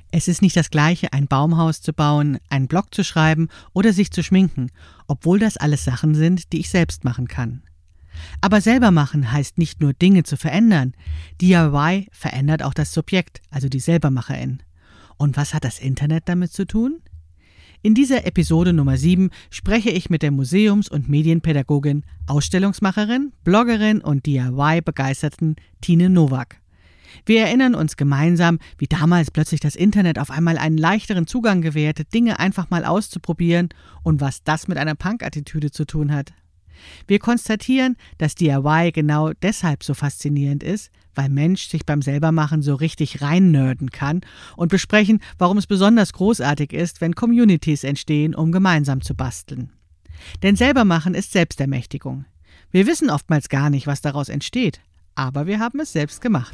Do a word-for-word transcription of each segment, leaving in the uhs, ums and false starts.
Es ist nicht das Gleiche, ein Baumhaus zu bauen, einen Blog zu schreiben oder sich zu schminken, obwohl das alles Sachen sind, die ich selbst machen kann. Aber selber machen heißt nicht nur Dinge zu verändern. D I Y verändert auch das Subjekt, also die Selbermacherin. Und was hat das Internet damit zu tun? In dieser Episode Nummer sieben spreche ich mit der Museums- und Medienpädagogin, Ausstellungsmacherin, Bloggerin und D I Y-begeisterten Tine Nowak. Wir erinnern uns gemeinsam, wie damals plötzlich das Internet auf einmal einen leichteren Zugang gewährte, Dinge einfach mal auszuprobieren und was das mit einer Punk-Attitüde zu tun hat. Wir konstatieren, dass D I Y genau deshalb so faszinierend ist, weil Mensch sich beim Selbermachen so richtig reinnörden kann und besprechen, warum es besonders großartig ist, wenn Communities entstehen, um gemeinsam zu basteln. Denn Selbermachen ist Selbstermächtigung. Wir wissen oftmals gar nicht, was daraus entsteht, aber wir haben es selbst gemacht.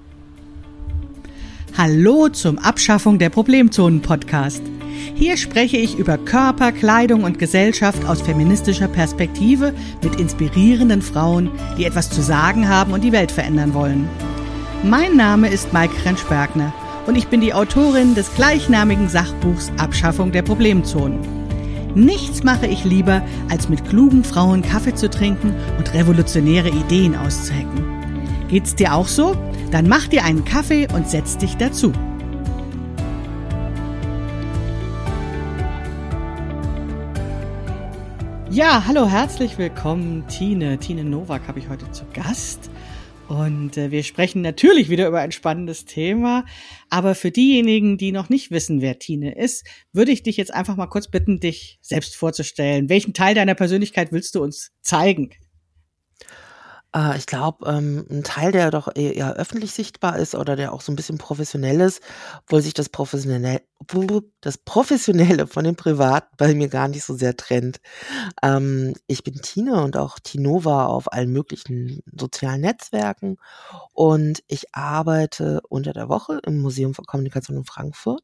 Hallo zum Abschaffung der Problemzonen-Podcast. Hier spreche ich über Körper, Kleidung und Gesellschaft aus feministischer Perspektive mit inspirierenden Frauen, die etwas zu sagen haben und die Welt verändern wollen. Mein Name ist Maike Rentsch-Bergner und ich bin die Autorin des gleichnamigen Sachbuchs Abschaffung der Problemzonen. Nichts mache ich lieber, als mit klugen Frauen Kaffee zu trinken und revolutionäre Ideen auszuhacken. Geht's dir auch so? Dann mach dir einen Kaffee und setz dich dazu. Ja, hallo, herzlich willkommen, Tine. Tine Nowak habe ich heute zu Gast. Und äh, wir sprechen natürlich wieder über ein spannendes Thema. Aber für diejenigen, die noch nicht wissen, wer Tine ist, würde ich dich jetzt einfach mal kurz bitten, dich selbst vorzustellen. Welchen Teil deiner Persönlichkeit willst du uns zeigen? Äh, ich glaube, ähm, ein Teil, der doch eher, eher öffentlich sichtbar ist oder der auch so ein bisschen professionell ist, obwohl sich das Professionelle, das Professionelle von dem Privaten bei mir gar nicht so sehr trennt. Ähm, ich bin Tine und auch Tinova auf allen möglichen sozialen Netzwerken und ich arbeite unter der Woche im Museum für Kommunikation in Frankfurt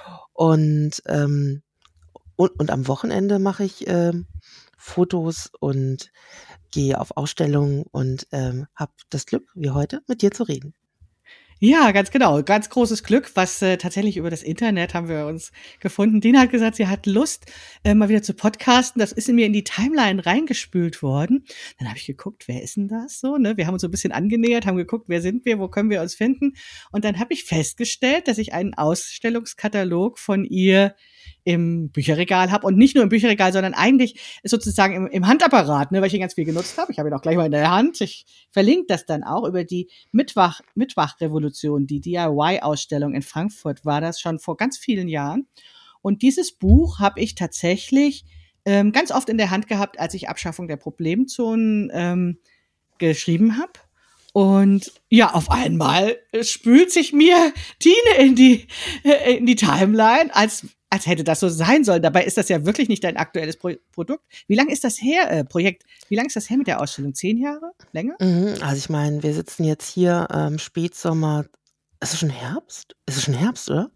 und, ähm, und, und am Wochenende mache ich ähm, Fotos und gehe auf Ausstellungen und ähm, habe das Glück, wie heute, mit dir zu reden. Ja, ganz genau. Ganz großes Glück, was äh, tatsächlich über das Internet haben wir uns gefunden. Dina hat gesagt, sie hat Lust, äh, mal wieder zu podcasten. Das ist in mir in die Timeline reingespült worden. Dann habe ich geguckt, wer ist denn das so? Ne? Wir haben uns so ein bisschen angenähert, haben geguckt, wer sind wir, wo können wir uns finden. Und dann habe ich festgestellt, dass ich einen Ausstellungskatalog von ihr im Bücherregal habe und nicht nur im Bücherregal, sondern eigentlich sozusagen im, im Handapparat, ne, weil ich ihn ganz viel genutzt habe. Ich habe ihn auch gleich mal in der Hand. Ich verlinke das dann auch über die Mittwoch, Mittwochrevolution, die D I Y-Ausstellung in Frankfurt war das schon vor ganz vielen Jahren. Und dieses Buch habe ich tatsächlich ähm, ganz oft in der Hand gehabt, als ich Abschaffung der Problemzonen ähm, geschrieben habe. Und ja, auf einmal spült sich mir Tine in die, äh, in die Timeline, als als hätte das so sein sollen. Dabei ist das ja wirklich nicht dein aktuelles Pro- Produkt. Wie lange ist das her, äh, Projekt? Wie lange ist das her mit der Ausstellung? Zehn Jahre? Länger? Mhm, also ich meine, wir sitzen jetzt hier ähm, Spätsommer. Ist es schon Herbst? Ist es schon Herbst, oder?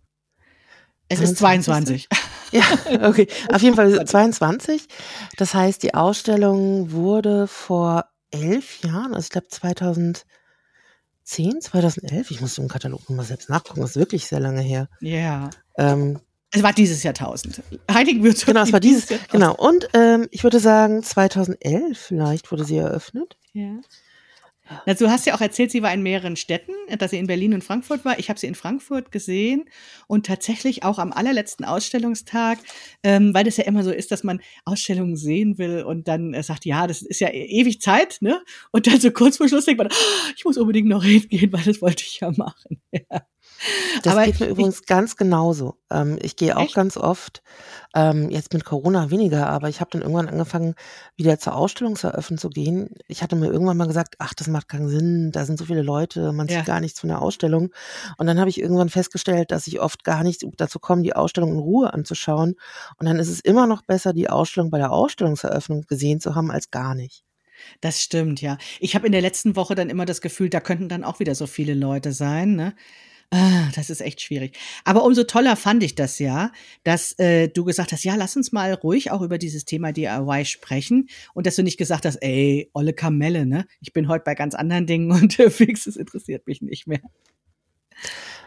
Es ist zweiundzwanzig. Ja, okay. Auf jeden Fall zweiundzwanzig. Das heißt, die Ausstellung wurde vor elf Jahren, also ich glaube zweitausendzehn, zweitausendelf, ich muss im Katalog nochmal selbst nachgucken, das ist wirklich sehr lange her. Ja. Ähm, Es war dieses Jahrtausend. Heiligen Wirtschaft. Genau, es war dieses, dieses genau. Und ähm, ich würde sagen, zweitausendelf vielleicht wurde sie eröffnet. Ja. Na, du hast ja auch erzählt, sie war in mehreren Städten, dass sie in Berlin und Frankfurt war. Ich habe sie in Frankfurt gesehen und tatsächlich auch am allerletzten Ausstellungstag, ähm, weil das ja immer so ist, dass man Ausstellungen sehen will und dann äh, sagt, ja, das ist ja e- ewig Zeit, ne? Und dann so kurz vor Schluss denkt man, oh, ich muss unbedingt noch hingehen, weil das wollte ich ja machen. Ja. Das Aber geht mir ich, übrigens ganz genauso. Ähm, ich gehe auch echt? ganz oft, ähm, jetzt mit Corona weniger, aber ich habe dann irgendwann angefangen, wieder zur Ausstellungseröffnung zu gehen. Ich hatte mir irgendwann mal gesagt, ach, das macht keinen Sinn, da sind so viele Leute, man Ja. sieht gar nichts von der Ausstellung. Und dann habe ich irgendwann festgestellt, dass ich oft gar nicht dazu komme, die Ausstellung in Ruhe anzuschauen. Und dann ist es immer noch besser, die Ausstellung bei der Ausstellungseröffnung gesehen zu haben, als gar nicht. Das stimmt, ja. Ich habe in der letzten Woche dann immer das Gefühl, da könnten dann auch wieder so viele Leute sein, ne? Ah, das ist echt schwierig. Aber umso toller fand ich das ja, dass äh, du gesagt hast, ja, lass uns mal ruhig auch über dieses Thema D I Y sprechen und dass du nicht gesagt hast, ey, olle Kamelle, ne? Ich bin heute bei ganz anderen Dingen unterwegs, es interessiert mich nicht mehr.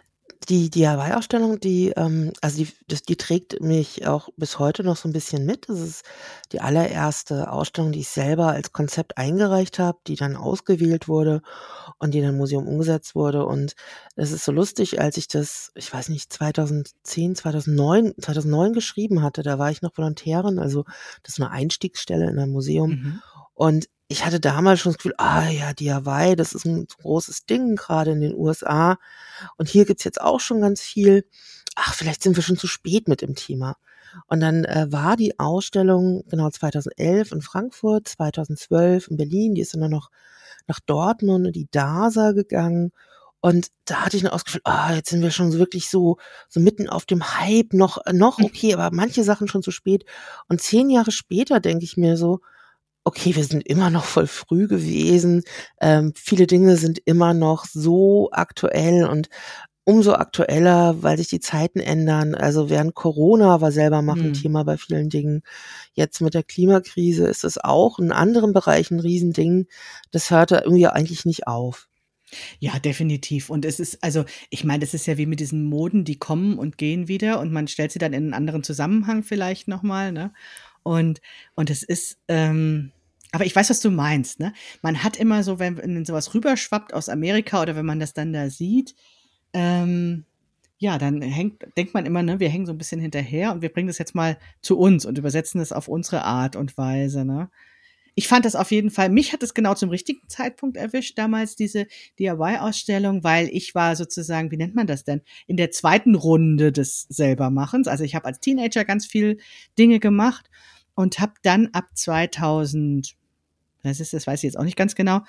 Die D I Y-Ausstellung, die, ähm also die das die trägt mich auch bis heute noch so 'n bisschen mit. Das ist die allererste Ausstellung, die ich selber als Konzept eingereicht habe, die dann ausgewählt wurde und die dann im Museum umgesetzt wurde. Und es ist so lustig, als ich das, ich weiß nicht, zweitausendzehn, zweitausendneun zweitausendneun geschrieben hatte, da war ich noch Volontärin, also das ist 'ne Einstiegsstelle in einem Museum. Mhm. Und ich hatte damals schon das Gefühl: „Ah ja, D I Y, das ist 'n großes Ding, grade in den U S A. Und hier gibt's jetzt auch schon ganz viel. Ach, vielleicht sind wir schon zu spät mit dem Thema." Und dann, äh, war die Ausstellung genau zweitausendelf in Frankfurt, zweitausendzwölf in Berlin, die ist dann noch nach Dortmund in die DASA gegangen. Und da hatte ich dann auch das Gefühl: „Ah, jetzt sind wir schon so wirklich so so mitten auf dem Hype, noch noch okay, aber manche Sachen schon zu spät." Und zehn Jahre später denke ich mir so: „Okay, wir sind immer noch voll früh gewesen. Ähm, viele Dinge sind immer noch so aktuell und umso aktueller, weil sich die Zeiten ändern." Also, während Corona war Selbermachen Mhm. Thema bei vielen Dingen. Jetzt mit der Klimakrise ist es auch in anderen Bereichen 'n Riesending. Das hört da irgendwie eigentlich nicht auf. Ja, definitiv. Und es ist also, ich meine, das ist ja wie mit diesen Moden, die kommen und gehen wieder und man stellt sie dann in 'n anderen Zusammenhang vielleicht noch mal, ne? Und und es ist, ähm aber ich weiß, was du meinst, ne? Man hat immer so, wenn wenn so was rüberschwappt aus Amerika oder wenn man das dann da sieht, ähm, ja, dann hängt denkt man immer, ne, wir hängen so 'n bisschen hinterher und wir bringen das jetzt mal zu uns und übersetzen es auf unsere Art und Weise, ne? Ich fand das auf jeden Fall mich hat es genau zum richtigen Zeitpunkt erwischt damals, diese D I Y-Ausstellung, weil ich war sozusagen, wie nennt man das denn, in der zweiten Runde des Selbermachens. Also, ich habe als Teenager ganz viel Dinge gemacht und habe dann ab zweitausend was ist das, weiß ich jetzt auch nicht ganz genau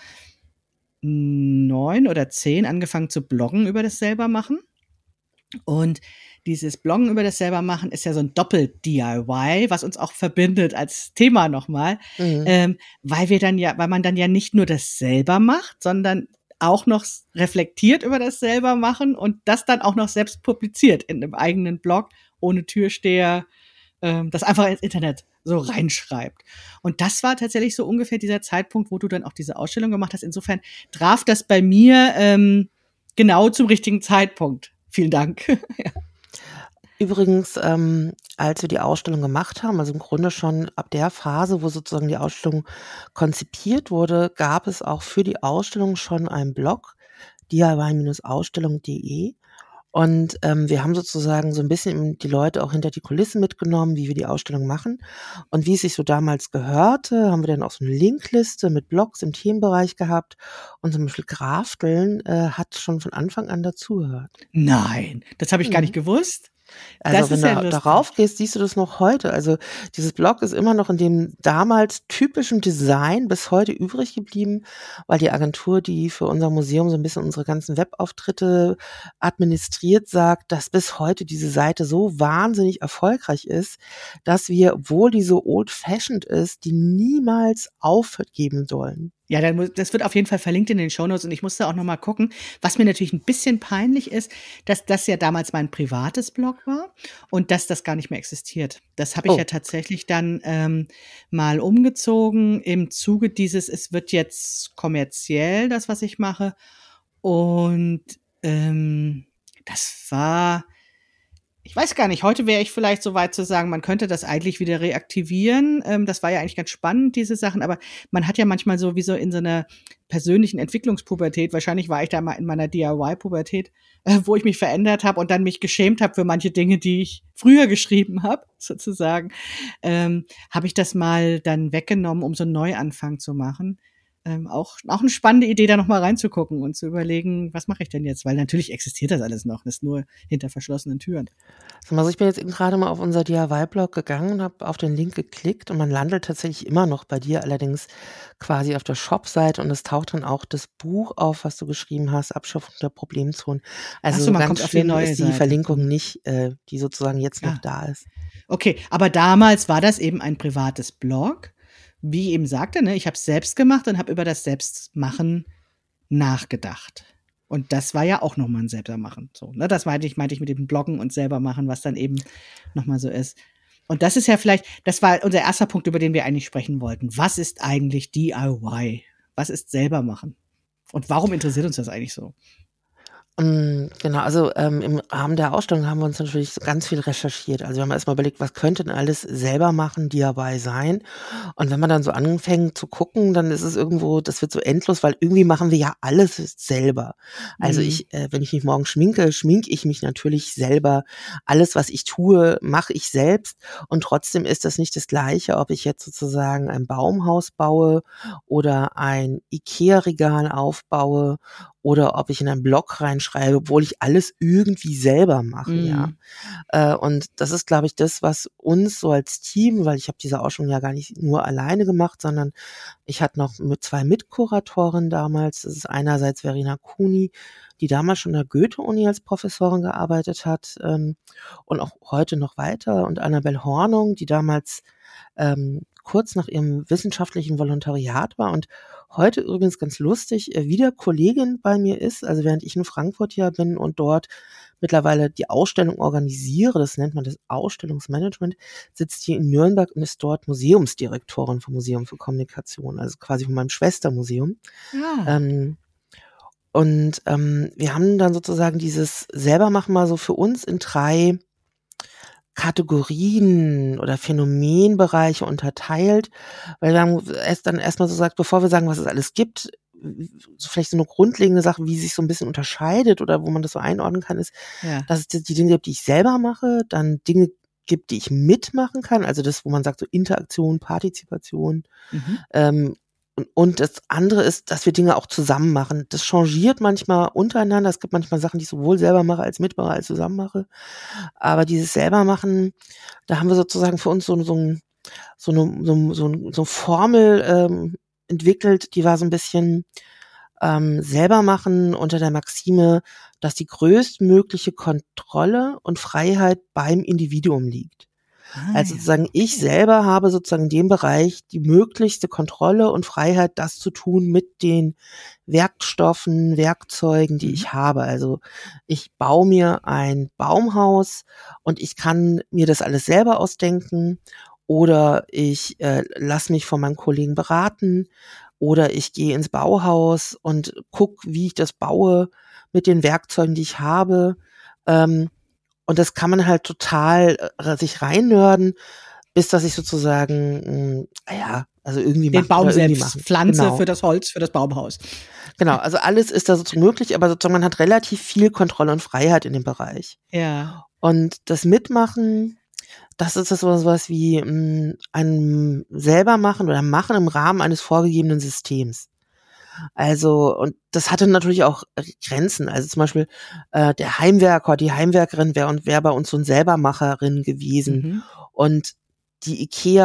neun oder zehn angefangen zu bloggen über das Selbermachen. Und dieses Bloggen über das Selbermachen ist ja so 'n Doppel-D I Y, was uns auch verbindet als Thema noch mal, Mhm. ähm, weil wir dann ja weil man dann ja nicht nur das selber macht, sondern auch noch s reflektiert über das Selbermachen und das dann auch noch selbst publiziert in 'nem eigenen Blog ohne Türsteher, ähm, das einfach ins Internet so reinschreibt. Und das war tatsächlich so ungefähr dieser Zeitpunkt, wo du dann auch diese Ausstellung gemacht hast. Insofern traf das bei mir, ähm, genau zum richtigen Zeitpunkt. Vielen Dank. Ja. Übrigens, ähm, als wir die Ausstellung gemacht haben, also im Grunde schon ab der Phase, wo sozusagen die Ausstellung konzipiert wurde, gab es auch für die Ausstellung schon einen Blog, D I Y Ausstellung Punkt de. Und, ähm, wir haben sozusagen so 'n bisschen die Leute auch hinter die Kulissen mitgenommen, wie wir die Ausstellung machen. Und wie es sich so damals gehörte, haben wir dann auch so 'ne Linkliste mit Blogs im Themenbereich gehabt und zum Beispiel Grafteln, äh, hat schon von Anfang an dazugehört. Nein, das habe ich gar nicht Mhm. gewusst. Also, Das wenn ist ja du darauf lustig. gehst, siehst du das noch heute. Also, dieses Blog ist immer noch in dem damals typischen Design bis heute übrig geblieben, weil die Agentur, die für unser Museum so 'n bisschen unsere ganzen Webauftritte administriert, sagt, dass bis heute diese Seite so wahnsinnig erfolgreich ist, dass wir, obwohl die so old fashioned ist, die niemals aufgeben sollen. Ja, dann mu das wird auf jeden Fall verlinkt in den Shownotes und ich musste auch noch mal gucken, was mir natürlich 'n bisschen peinlich ist, dass das ja damals mein privates Blog war und dass das gar nicht mehr existiert. Das habe ich ja Oh. tatsächlich dann, ähm, mal umgezogen im Zuge dieses es wird jetzt kommerziell, das, was ich mache. Und, ähm, das war ich weiß gar nicht, heute wäre ich vielleicht so weit zu sagen, man könnte das eigentlich wieder reaktivieren. Ähm, das war ja eigentlich ganz spannend, diese Sachen, aber man hat ja manchmal so wie so in so 'ner persönlichen Entwicklungspubertät wahrscheinlich war ich da mal in meiner D I Y-Pubertät, äh, wo ich mich verändert habe und dann mich geschämt habe für manche Dinge, die ich früher geschrieben habe, sozusagen, ähm, habe ich das mal dann weggenommen, um so 'n Neuanfang zu machen. Ähm, auch auch 'ne spannende Idee, da noch mal reinzugucken und zu überlegen: „Was mache ich denn jetzt?" Weil natürlich existiert das alles noch, ist nur hinter verschlossenen Türen. Sag mal, also, ich bin jetzt eben grade mal auf unser D I Y-Blog gegangen und habe auf den Link geklickt und man landet tatsächlich immer noch bei dir, allerdings quasi auf der Shop-Seite und es taucht dann auch das Buch auf, was du geschrieben hast, „Abschaffung der Problemzonen." Ach Also, so, so man ganz kommt auf die schlimm neue ist die Seite. Verlinkung Mhm. nicht, äh, die sozusagen jetzt noch Ah. da ist. Okay, aber damals war das eben ein privates Blog. Wie ich eben sagte, ne, ich habe es selbst gemacht und habe über das Selbstmachen nachgedacht. Und das war ja auch noch mal 'n Selbermachen so, ne? Das meinte ich meinte ich mit dem Bloggen und Selbermachen, was dann eben noch mal so ist. Und das ist ja vielleicht das war unser erster Punkt, über den wir eigentlich sprechen wollten. Was ist eigentlich D I Y? Was ist Selbermachen? Und warum interessiert uns das eigentlich so? Ähm, genau, also, ähm, im Rahmen der Ausstellung haben wir uns natürlich so ganz viel recherchiert. Also, wir haben erst mal überlegt, was könnte denn alles selber machen, D I Y sein? Und wenn man dann so anfängt zu gucken, dann ist es irgendwo das wird so endlos, weil irgendwie machen wir ja alles selber. Also, Mhm. ich äh, wenn ich mich morgens schminke, schminke ich mich natürlich selber. Alles, was ich tue, mache ich selbst und trotzdem ist das nicht das Gleiche, ob ich jetzt sozusagen ein Baumhaus baue oder ein IKEA-Regal aufbaue oder ob ich in einen Blog reinschreibe, obwohl ich alles irgendwie selber mache, ja. Mhm. Äh, und das ist, glaube ich, das, was uns so als Team, weil ich habe diese Ausstellung ja gar nicht nur alleine gemacht, sondern ich hatte noch mit zwei Mitkuratoren damals. Das ist einerseits Verena Kuni, die damals schon an der Goethe-Uni als Professorin gearbeitet hat, ähm, und auch heute noch weiter, und Annabel Hornung, die damals ähm, kurz nach ihrem wissenschaftlichen Volontariat war und heute übrigens ganz lustig äh, wieder Kollegin bei mir ist. Also während ich in Frankfurt ja bin und dort mittlerweile die Ausstellung organisiere, das nennt man das Ausstellungsmanagement, sitzt hier in Nürnberg und ist dort Museumsdirektorin vom Museum für Kommunikation, also quasi von meinem Schwestermuseum. Ja. Ähm, und ähm, wir haben dann sozusagen dieses Selbermachen mal so für uns in drei Kategorien oder Phänomenbereiche unterteilt, weil wir haben erst dann erstmal so gesagt, bevor wir sagen, was es alles gibt, so vielleicht so eine grundlegende Sache, wie sich so ein bisschen unterscheidet oder wo man das so einordnen kann, ist, Ja. dass es die Dinge gibt, die ich selber mache, dann Dinge gibt, die ich mitmachen kann, also das, wo man sagt, so Interaktion, Partizipation, Mhm. ähm, und, und das andere ist, dass wir Dinge auch zusammen machen. Das changiert manchmal untereinander. Es gibt manchmal Sachen, die ich sowohl selber mache als mitmache, als zusammen mache. Aber dieses selber machen, da haben wir sozusagen für uns so, so, ein, so eine so, so, so eine Formel ähm, entwickelt, die war so ein bisschen ähm, selber machen unter der Maxime, dass die größtmögliche Kontrolle und Freiheit beim Individuum liegt. Ah Also ja, sozusagen ich okay. selber habe sozusagen in dem Bereich die möglichste Kontrolle und Freiheit, das zu tun mit den Werkstoffen, Werkzeugen, die Mhm. ich habe. Also ich baue mir ein Baumhaus und ich kann mir das alles selber ausdenken oder ich äh, lasse mich von meinem Kollegen beraten oder ich gehe ins Bauhaus und guck, wie ich das baue mit den Werkzeugen, die ich habe. Ähm, und das kann man halt total äh, sich reinnörden, bis dass ich sozusagen, mh, ja, also irgendwie Den machen Baum oder irgendwie selbst machen. pflanze für Genau. das Holz, für das Baumhaus. Genau. Also alles ist da sozusagen möglich, aber sozusagen man hat relativ viel Kontrolle und Freiheit in dem Bereich. Ja. Und das Mitmachen, das ist das so was wie mh, ein selber machen oder machen im Rahmen eines vorgegebenen Systems. Also, und das hatte natürlich auch Grenzen. Also zum Beispiel äh, der Heimwerker, die Heimwerkerin wäre und wäre bei uns so ein Selbermacherin gewesen. Mhm. Und die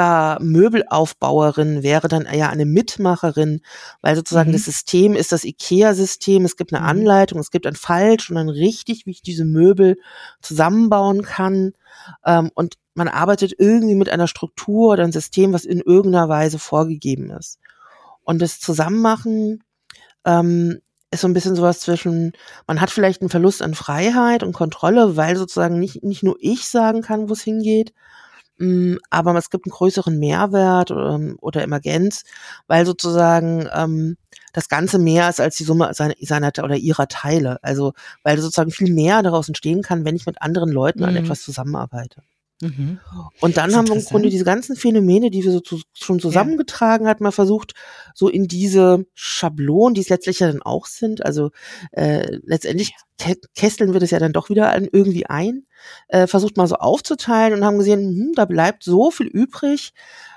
IKEA-Möbelaufbauerin wäre dann eher eine Mitmacherin, weil sozusagen das Mhm. System ist das IKEA-System. Es gibt eine Mhm. Anleitung, es gibt ein falsch und ein richtig, wie ich diese Möbel zusammenbauen kann. Ähm, und man arbeitet irgendwie mit einer Struktur oder einem System, was in irgendeiner Weise vorgegeben ist. Und das Zusammenmachen ähm, ist so ein bisschen sowas zwischen, man hat vielleicht einen Verlust an Freiheit und Kontrolle, weil sozusagen nicht nicht nur ich sagen kann, wo es hingeht, hm, aber es gibt einen größeren Mehrwert, ähm, oder Emergenz, weil sozusagen, ähm, das Ganze mehr ist als die Summe seiner seiner oder ihrer Teile. Also, weil sozusagen viel mehr daraus entstehen kann, wenn ich mit anderen Leuten an Mhm. etwas zusammenarbeite. Mhm. Und dann Ist haben wir im Grunde interessant. diese ganzen Phänomene, die wir so zu, schon Ja. zusammengetragen hatten, mal versucht, so in diese Schablonen, die es letztlich ja dann auch sind. Also äh, letztendlich kä kästeln wir das ja dann doch wieder an, irgendwie ein, äh, versucht mal so aufzuteilen und haben gesehen, hm, da bleibt so viel übrig.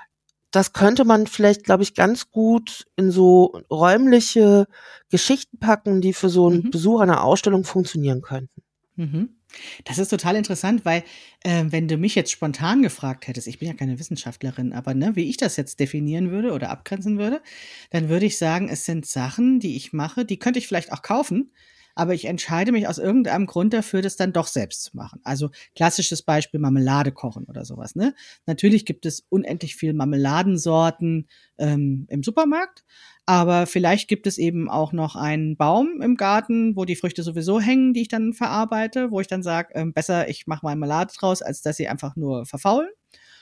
Das könnte man vielleicht, glaube ich, ganz gut in so räumliche Geschichten packen, die für so einen Mhm. Besuch einer Ausstellung funktionieren könnten. Mhm. Das ist total interessant, weil, äh, wenn du mich jetzt spontan gefragt hättest, ich bin ja keine Wissenschaftlerin, aber, ne, wie ich das jetzt definieren würde oder abgrenzen würde, dann würde ich sagen, es sind Sachen, die ich mache, die könnte ich vielleicht auch kaufen, aber ich entscheide mich aus irgendeinem Grund dafür, das dann doch selbst zu machen. Also, klassisches Beispiel Marmelade kochen oder sowas, ne? Natürlich gibt es unendlich viel Marmeladensorten, ähm, im Supermarkt, aber vielleicht gibt es eben auch noch einen Baum im Garten, wo die Früchte sowieso hängen, die ich dann verarbeite, wo ich dann sage, ähm, besser, ich mache Marmelade draus, als dass sie einfach nur verfaulen.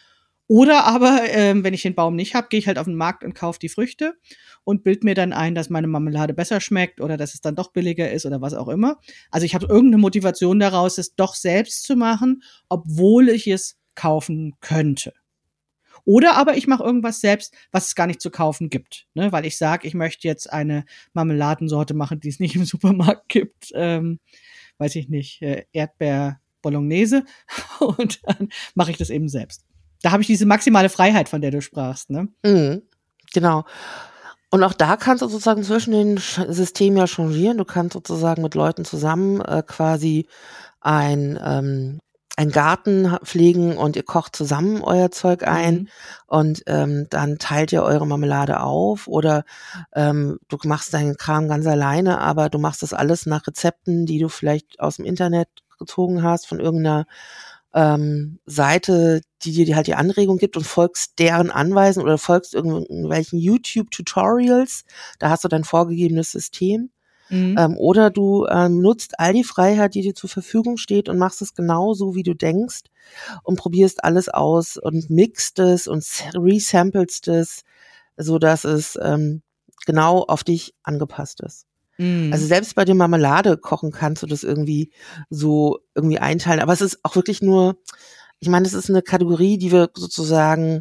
Oder aber, ähm, wenn ich den Baum nicht habe, gehe ich halt auf den Markt und kaufe die Früchte und bilde mir dann ein, dass meine Marmelade besser schmeckt oder dass es dann doch billiger ist oder was auch immer. Also ich habe irgendeine Motivation daraus, es doch selbst zu machen, obwohl ich es kaufen könnte. Oder aber ich mache irgendwas selbst, was es gar nicht zu kaufen gibt, ne? Weil ich sage, ich möchte jetzt eine Marmeladensorte machen, die es nicht im Supermarkt gibt. Ähm, weiß ich nicht, äh, Erdbeer Bolognese und dann mache ich das eben selbst. Da habe ich diese maximale Freiheit, von der du sprachst, ne? Mhm, genau. Und auch da kannst du sozusagen zwischen den Sch Systemen ja changieren. Du kannst sozusagen mit Leuten zusammen äh, quasi ein ähm, einen Garten ha pflegen und ihr kocht zusammen euer Zeug ein Mhm. und, ähm, dann teilt ihr eure Marmelade auf oder, ähm, du machst deinen Kram ganz alleine, aber du machst das alles nach Rezepten, die du vielleicht aus'm Internet gezogen hast von irgend 'ner, ähm, Seite, die dir die halt die Anregung gibt und folgst deren Anweisungen oder folgst irgendwelchen YouTube-Tutorials. Da hast du dein vorgegebenes System. Mhm. Ähm, oder du, ähm, nutzt all die Freiheit, die dir zur Verfügung steht und machst es genauso, wie du denkst und probierst alles aus und mixt es und s resamplest es, sodass es, ähm, genau auf dich angepasst ist. Also, Mhm. selbst bei dem Marmelade kochen kannst du das irgendwie so irgendwie einteilen, aber es ist auch wirklich nur ich meine, es ist 'ne Kategorie, die wir sozusagen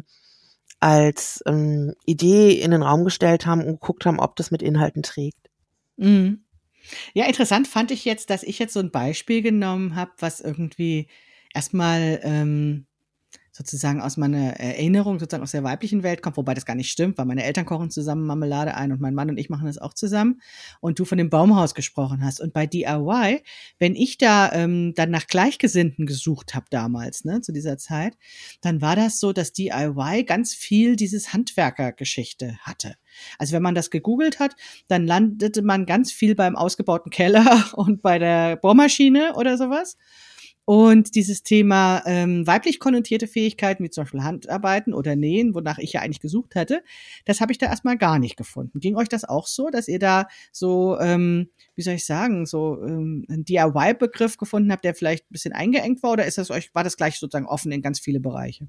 als, ähm, Idee in den Raum gestellt haben und geguckt haben, ob das mit Inhalten trägt. Mhm. Ja, interessant fand ich jetzt, dass ich jetzt so 'n Beispiel genommen habe, was irgendwie erst mal, ähm, sozusagen aus meiner Erinnerung sozusagen aus der weiblichen Welt kommt, wobei das gar nicht stimmt, weil meine Eltern kochen zusammen Marmelade ein und mein Mann und ich machen das auch zusammen und du von dem Baumhaus gesprochen hast. Und bei D I Y, wenn ich da, ähm, dann nach Gleichgesinnten gesucht habe damals, ne, zu dieser Zeit, dann war das so, dass D I Y ganz viel dieses Handwerkergeschichte hatte. Also, wenn man das gegoogelt hat, dann landete man ganz viel beim ausgebauten Keller und bei der Bohrmaschine oder so was. Und dieses Thema, ähm, weiblich konnotierte Fähigkeiten, wie zum Beispiel Handarbeiten oder Nähen, wonach ich ja eigentlich gesucht hatte, das habe ich da erst mal gar nicht gefunden. Ging euch das auch so, dass ihr da so, ähm, wie soll ich sagen, so, ähm, 'n D I Y-Begriff gefunden habt, der vielleicht 'n bisschen eingeengt war oder ist das euch war das gleich sozusagen offen in ganz viele Bereiche?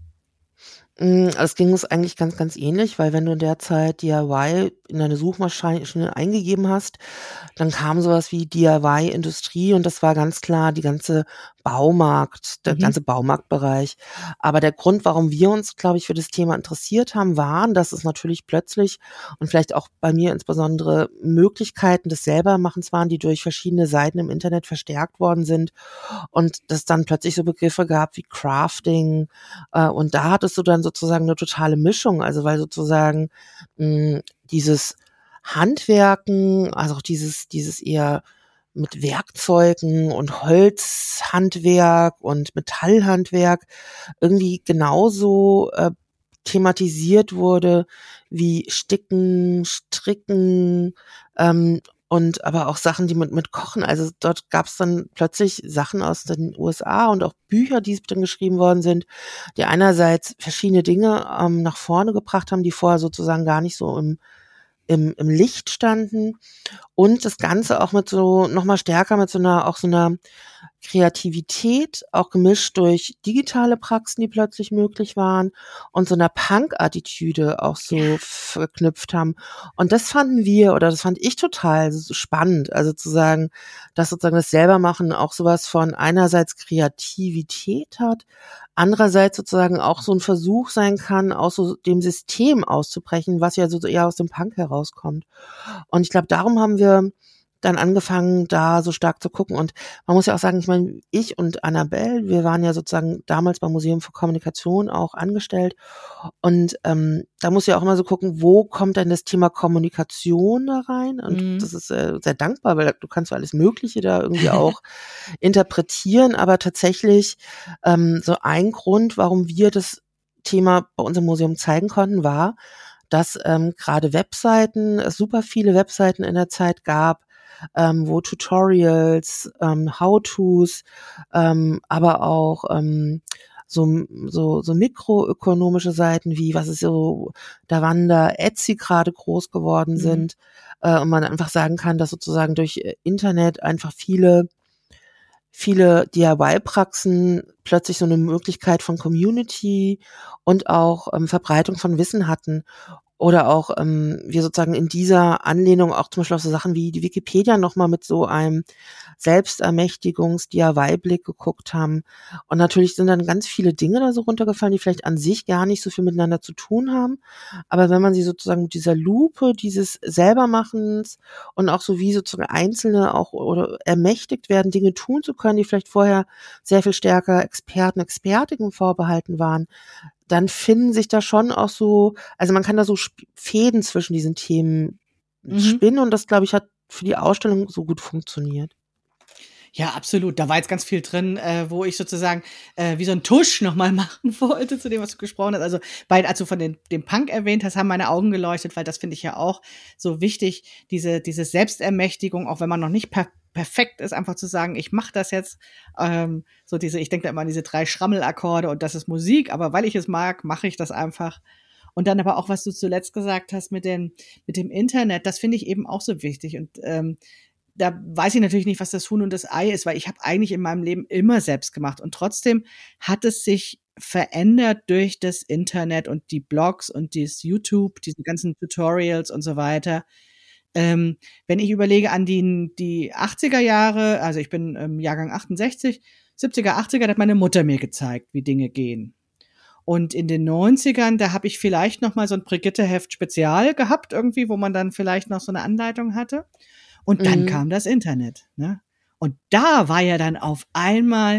Hm, es ging uns eigentlich ganz, ganz ähnlich, weil wenn du in der Zeit D I Y in deine Suchmaschine eingegeben hast, dann kam so was wie D I Y-Industrie und das war ganz klar die ganze Baumarkt der Mhm. ganze Baumarktbereich. Aber der Grund, warum wir uns, glaube ich, für das Thema interessiert haben, waren, dass es natürlich plötzlich und vielleicht auch bei mir insbesondere Möglichkeiten des Selbermachens waren, die durch verschiedene Seiten im Internet verstärkt worden sind und das dann plötzlich so Begriffe gab wie Crafting, äh, und da hattest du dann sozusagen 'ne totale Mischung, also, weil sozusagen, hm, dieses Handwerken, also, auch dieses dieses eher mit Werkzeugen und Holzhandwerk und Metallhandwerk irgendwie genauso, äh, thematisiert wurde wie Sticken, Stricken, ähm, und aber auch Sachen, die mit mit Kochen also, dort gab's dann plötzlich Sachen aus den U S A und auch Bücher, die drin geschrieben worden sind, die einerseits verschiedene Dinge, ähm, nach vorne gebracht haben, die vorher sozusagen gar nicht so im im im Licht standen und das Ganze auch mit so noch mal stärker mit so 'ner auch so 'ner Kreativität, auch gemischt durch digitale Praxen, die plötzlich möglich waren und so 'ner Punk-Attitüde auch so Ja. verknüpft haben. Und das fanden wir oder das fand ich total s spannend, also, zu sagen, dass sozusagen das Selbermachen auch so was von einerseits Kreativität hat, andererseits sozusagen auch so 'n Versuch sein kann, aus so dem System auszubrechen, was ja so eher aus dem Punk herauskommt. Und ich glaube, darum haben wir dann angefangen, da so stark zu gucken. Und man muss ja auch sagen, ich meine, ich und Annabelle, wir waren ja sozusagen damals beim Museum für Kommunikation auch angestellt. Und, ähm, da musst du ja auch immer so gucken, wo kommt denn das Thema Kommunikation da rein? Und Mhm. das ist, äh, sehr dankbar, weil du kannst so alles Mögliche da irgendwie auch interpretieren. Aber tatsächlich, ähm, so ein Grund, warum wir das Thema bei uns im Museum zeigen konnten, war, dass, ähm, grade Webseiten es super viele Webseiten in der Zeit gab, ähm, wo Tutorials, ähm, How-Tos, ähm, aber auch, ähm, so so so mikroökonomische Seiten wie was ist so Davanda, Etsy grade groß geworden Mhm. sind, äh, und man einfach sagen kann, dass sozusagen durch, äh, Internet einfach viele viele D I Y-Praxen plötzlich so eine Möglichkeit von Community und auch ähm, Verbreitung von Wissen hatten. Oder auch ähm, wir sozusagen in dieser Anlehnung auch zum Beispiel auf so Sachen wie die Wikipedia nochmal mit so einem Selbstermächtigungs-D I Y-Blick geguckt haben. Und natürlich sind dann ganz viele Dinge da so runtergefallen, die vielleicht an sich gar nicht so viel miteinander zu tun haben. Aber wenn man sie sozusagen mit dieser Lupe dieses Selbermachens und auch so wie sozusagen Einzelne auch oder ermächtigt werden, Dinge tun zu können, die vielleicht vorher sehr viel stärker Experten, Expertinnen vorbehalten waren, dann finden sich da schon auch so, also man kann da so Sp- Fäden zwischen diesen Themen Mhm. spinnen und das, glaube ich, hat für die Ausstellung so gut funktioniert. Ja, absolut. Da war jetzt ganz viel drin, äh, wo ich sozusagen äh, wie so 'n Tusch noch mal machen wollte zu dem, was du gesprochen hast. Also, bei als du von den dem Punk erwähnt hast, haben meine Augen geleuchtet, weil das finde ich ja auch so wichtig, diese diese Selbstermächtigung, auch wenn man noch nicht per perfekt ist, einfach zu sagen: „Ich mache das jetzt.“ Ähm, so diese ich denke da immer an diese drei Schrammelakkorde und das ist Musik, aber weil ich es mag, mache ich das einfach. Und dann aber auch, was du zuletzt gesagt hast mit den mit dem Internet, das finde ich eben auch so wichtig und, ähm, da weiß ich natürlich nicht, was das Huhn und das Ei ist, weil ich habe eigentlich in meinem Leben immer selbst gemacht und trotzdem hat es sich verändert durch das Internet und die Blogs und dieses YouTube, diese ganzen Tutorials und so weiter. Ähm, wenn ich überlege an die die achtziger Jahre, also ich bin, ähm, Jahrgang achtundsechzig, siebziger, achtziger, da hat meine Mutter mir gezeigt, wie Dinge gehen. Und in den neunzigern, da habe ich vielleicht noch mal so 'n Brigitte-Heft Spezial gehabt irgendwie, wo man dann vielleicht noch so 'ne Anleitung hatte. Und dann Mhm. kam das Internet, ne? Und da war ja dann auf einmal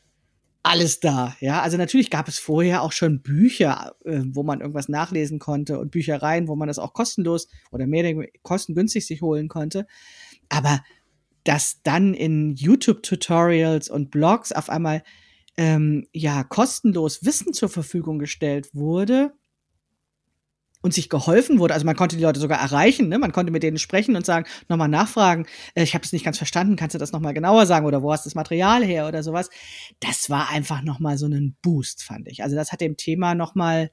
alles da, ja? Also, natürlich gab es vorher auch schon Bücher, äh, wo man irgendwas nachlesen konnte und Büchereien, wo man das auch kostenlos oder mehr oder we kostengünstig sich holen konnte. Aber dass dann in YouTube-Tutorials und Blogs auf einmal, ähm, ja, kostenlos Wissen zur Verfügung gestellt wurde und sich geholfen wurde. Also, man konnte die Leute sogar erreichen, ne? Man konnte mit denen sprechen und sagen noch mal nachfragen: „Äh, ich habe es nicht ganz verstanden, kannst du das noch mal genauer sagen oder wo hast du das Material her?“ oder so was. Das war einfach noch mal so 'nen Boost, fand ich. Also, das hat dem Thema noch mal,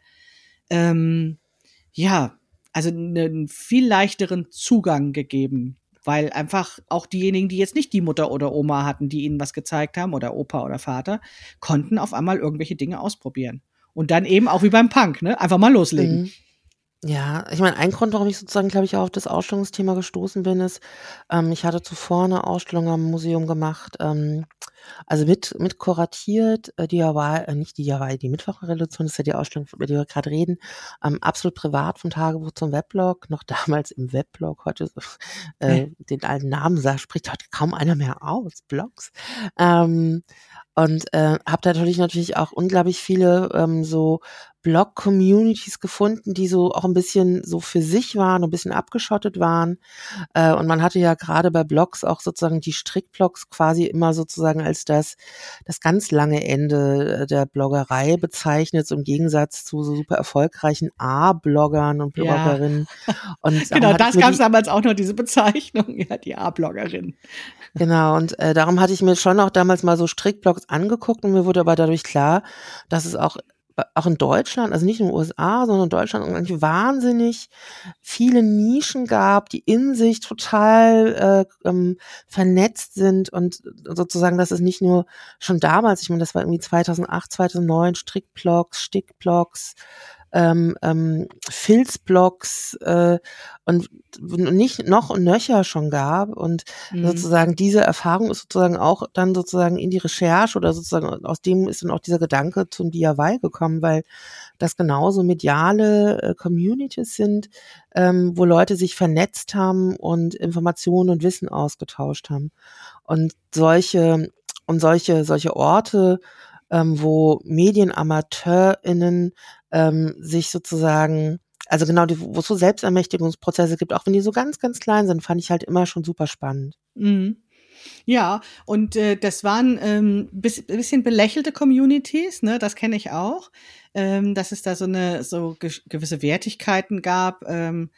ähm, ja, also 'nen viel leichteren Zugang gegeben, weil einfach auch diejenigen, die jetzt nicht die Mutter oder Oma hatten, die ihnen was gezeigt haben oder Opa oder Vater, konnten auf einmal irgendwelche Dinge ausprobieren. Und dann eben auch wie beim Punk, ne, einfach mal loslegen. Mhm. Ja, ich meine, ein Grund, warum ich sozusagen, glaube ich, auch auf das Ausstellungsthema gestoßen bin, ist, ähm, ich hatte zuvor eine Ausstellung am Museum gemacht, ähm, also mit mit kuratiert, äh, D I Y äh, nicht D I Y, die Mittwochrevolution ist ja die Ausstellung, über die wir grad reden, ähm, absolut privat vom Tagebuch zum Weblog, noch damals im Weblog, heute so, äh, den alten Namen sa spricht heute kaum einer mehr aus, Blogs. Ähm, und, äh, habe da natürlich natürlich auch unglaublich viele, ähm, so Blog-Communities gefunden, die so auch 'n bisschen so für sich waren, 'n bisschen abgeschottet waren. Äh, und man hatte ja grade bei Blogs auch sozusagen die Strickblogs quasi immer sozusagen als das das ganz lange Ende, äh, der Bloggerei bezeichnet, so im Gegensatz zu so super erfolgreichen A-Bloggern und Ja, Bloggerinnen. Und darum genau, hatte ich das mir gab's die damals auch noch, diese Bezeichnung, ja, die A-Bloggerin. Genau, und, äh, darum hatte ich mir schon auch damals mal so Strickblogs angeguckt und mir wurde aber dadurch klar, dass es auch äh, auch in Deutschland, also nicht in den U S A, sondern in Deutschland eigentlich wahnsinnig viele Nischen gab, die in sich total, äh, ähm, vernetzt sind und sozusagen, dass es nicht nur schon damals, ich meine, das war irgendwie zweitausendacht, zweitausendneun, Strickblogs, Stickblogs, ähm, ähm, Filzblogs, äh, und nicht noch und nöcher schon gab und Mhm. sozusagen diese Erfahrung ist sozusagen auch dann sozusagen in die Recherche oder sozusagen aus dem ist dann auch dieser Gedanke zum D I Y gekommen, weil das genauso mediale, äh, Communities sind, ähm, wo Leute sich vernetzt haben und Informationen und Wissen ausgetauscht haben. Und solche und solche solche Orte, ähm, wo MedienamateurInnen, ähm, sich sozusagen also genau, die wo es so Selbstermächtigungsprozesse gibt, auch wenn die so ganz, ganz klein sind, fand ich halt immer schon super spannend. Mhm. Ja, und, äh, das waren, ähm, biss bisschen belächelte Communities, ne, das kenne ich auch, ähm, dass es da so 'ne so gesch gewisse Wertigkeiten gab, ähm,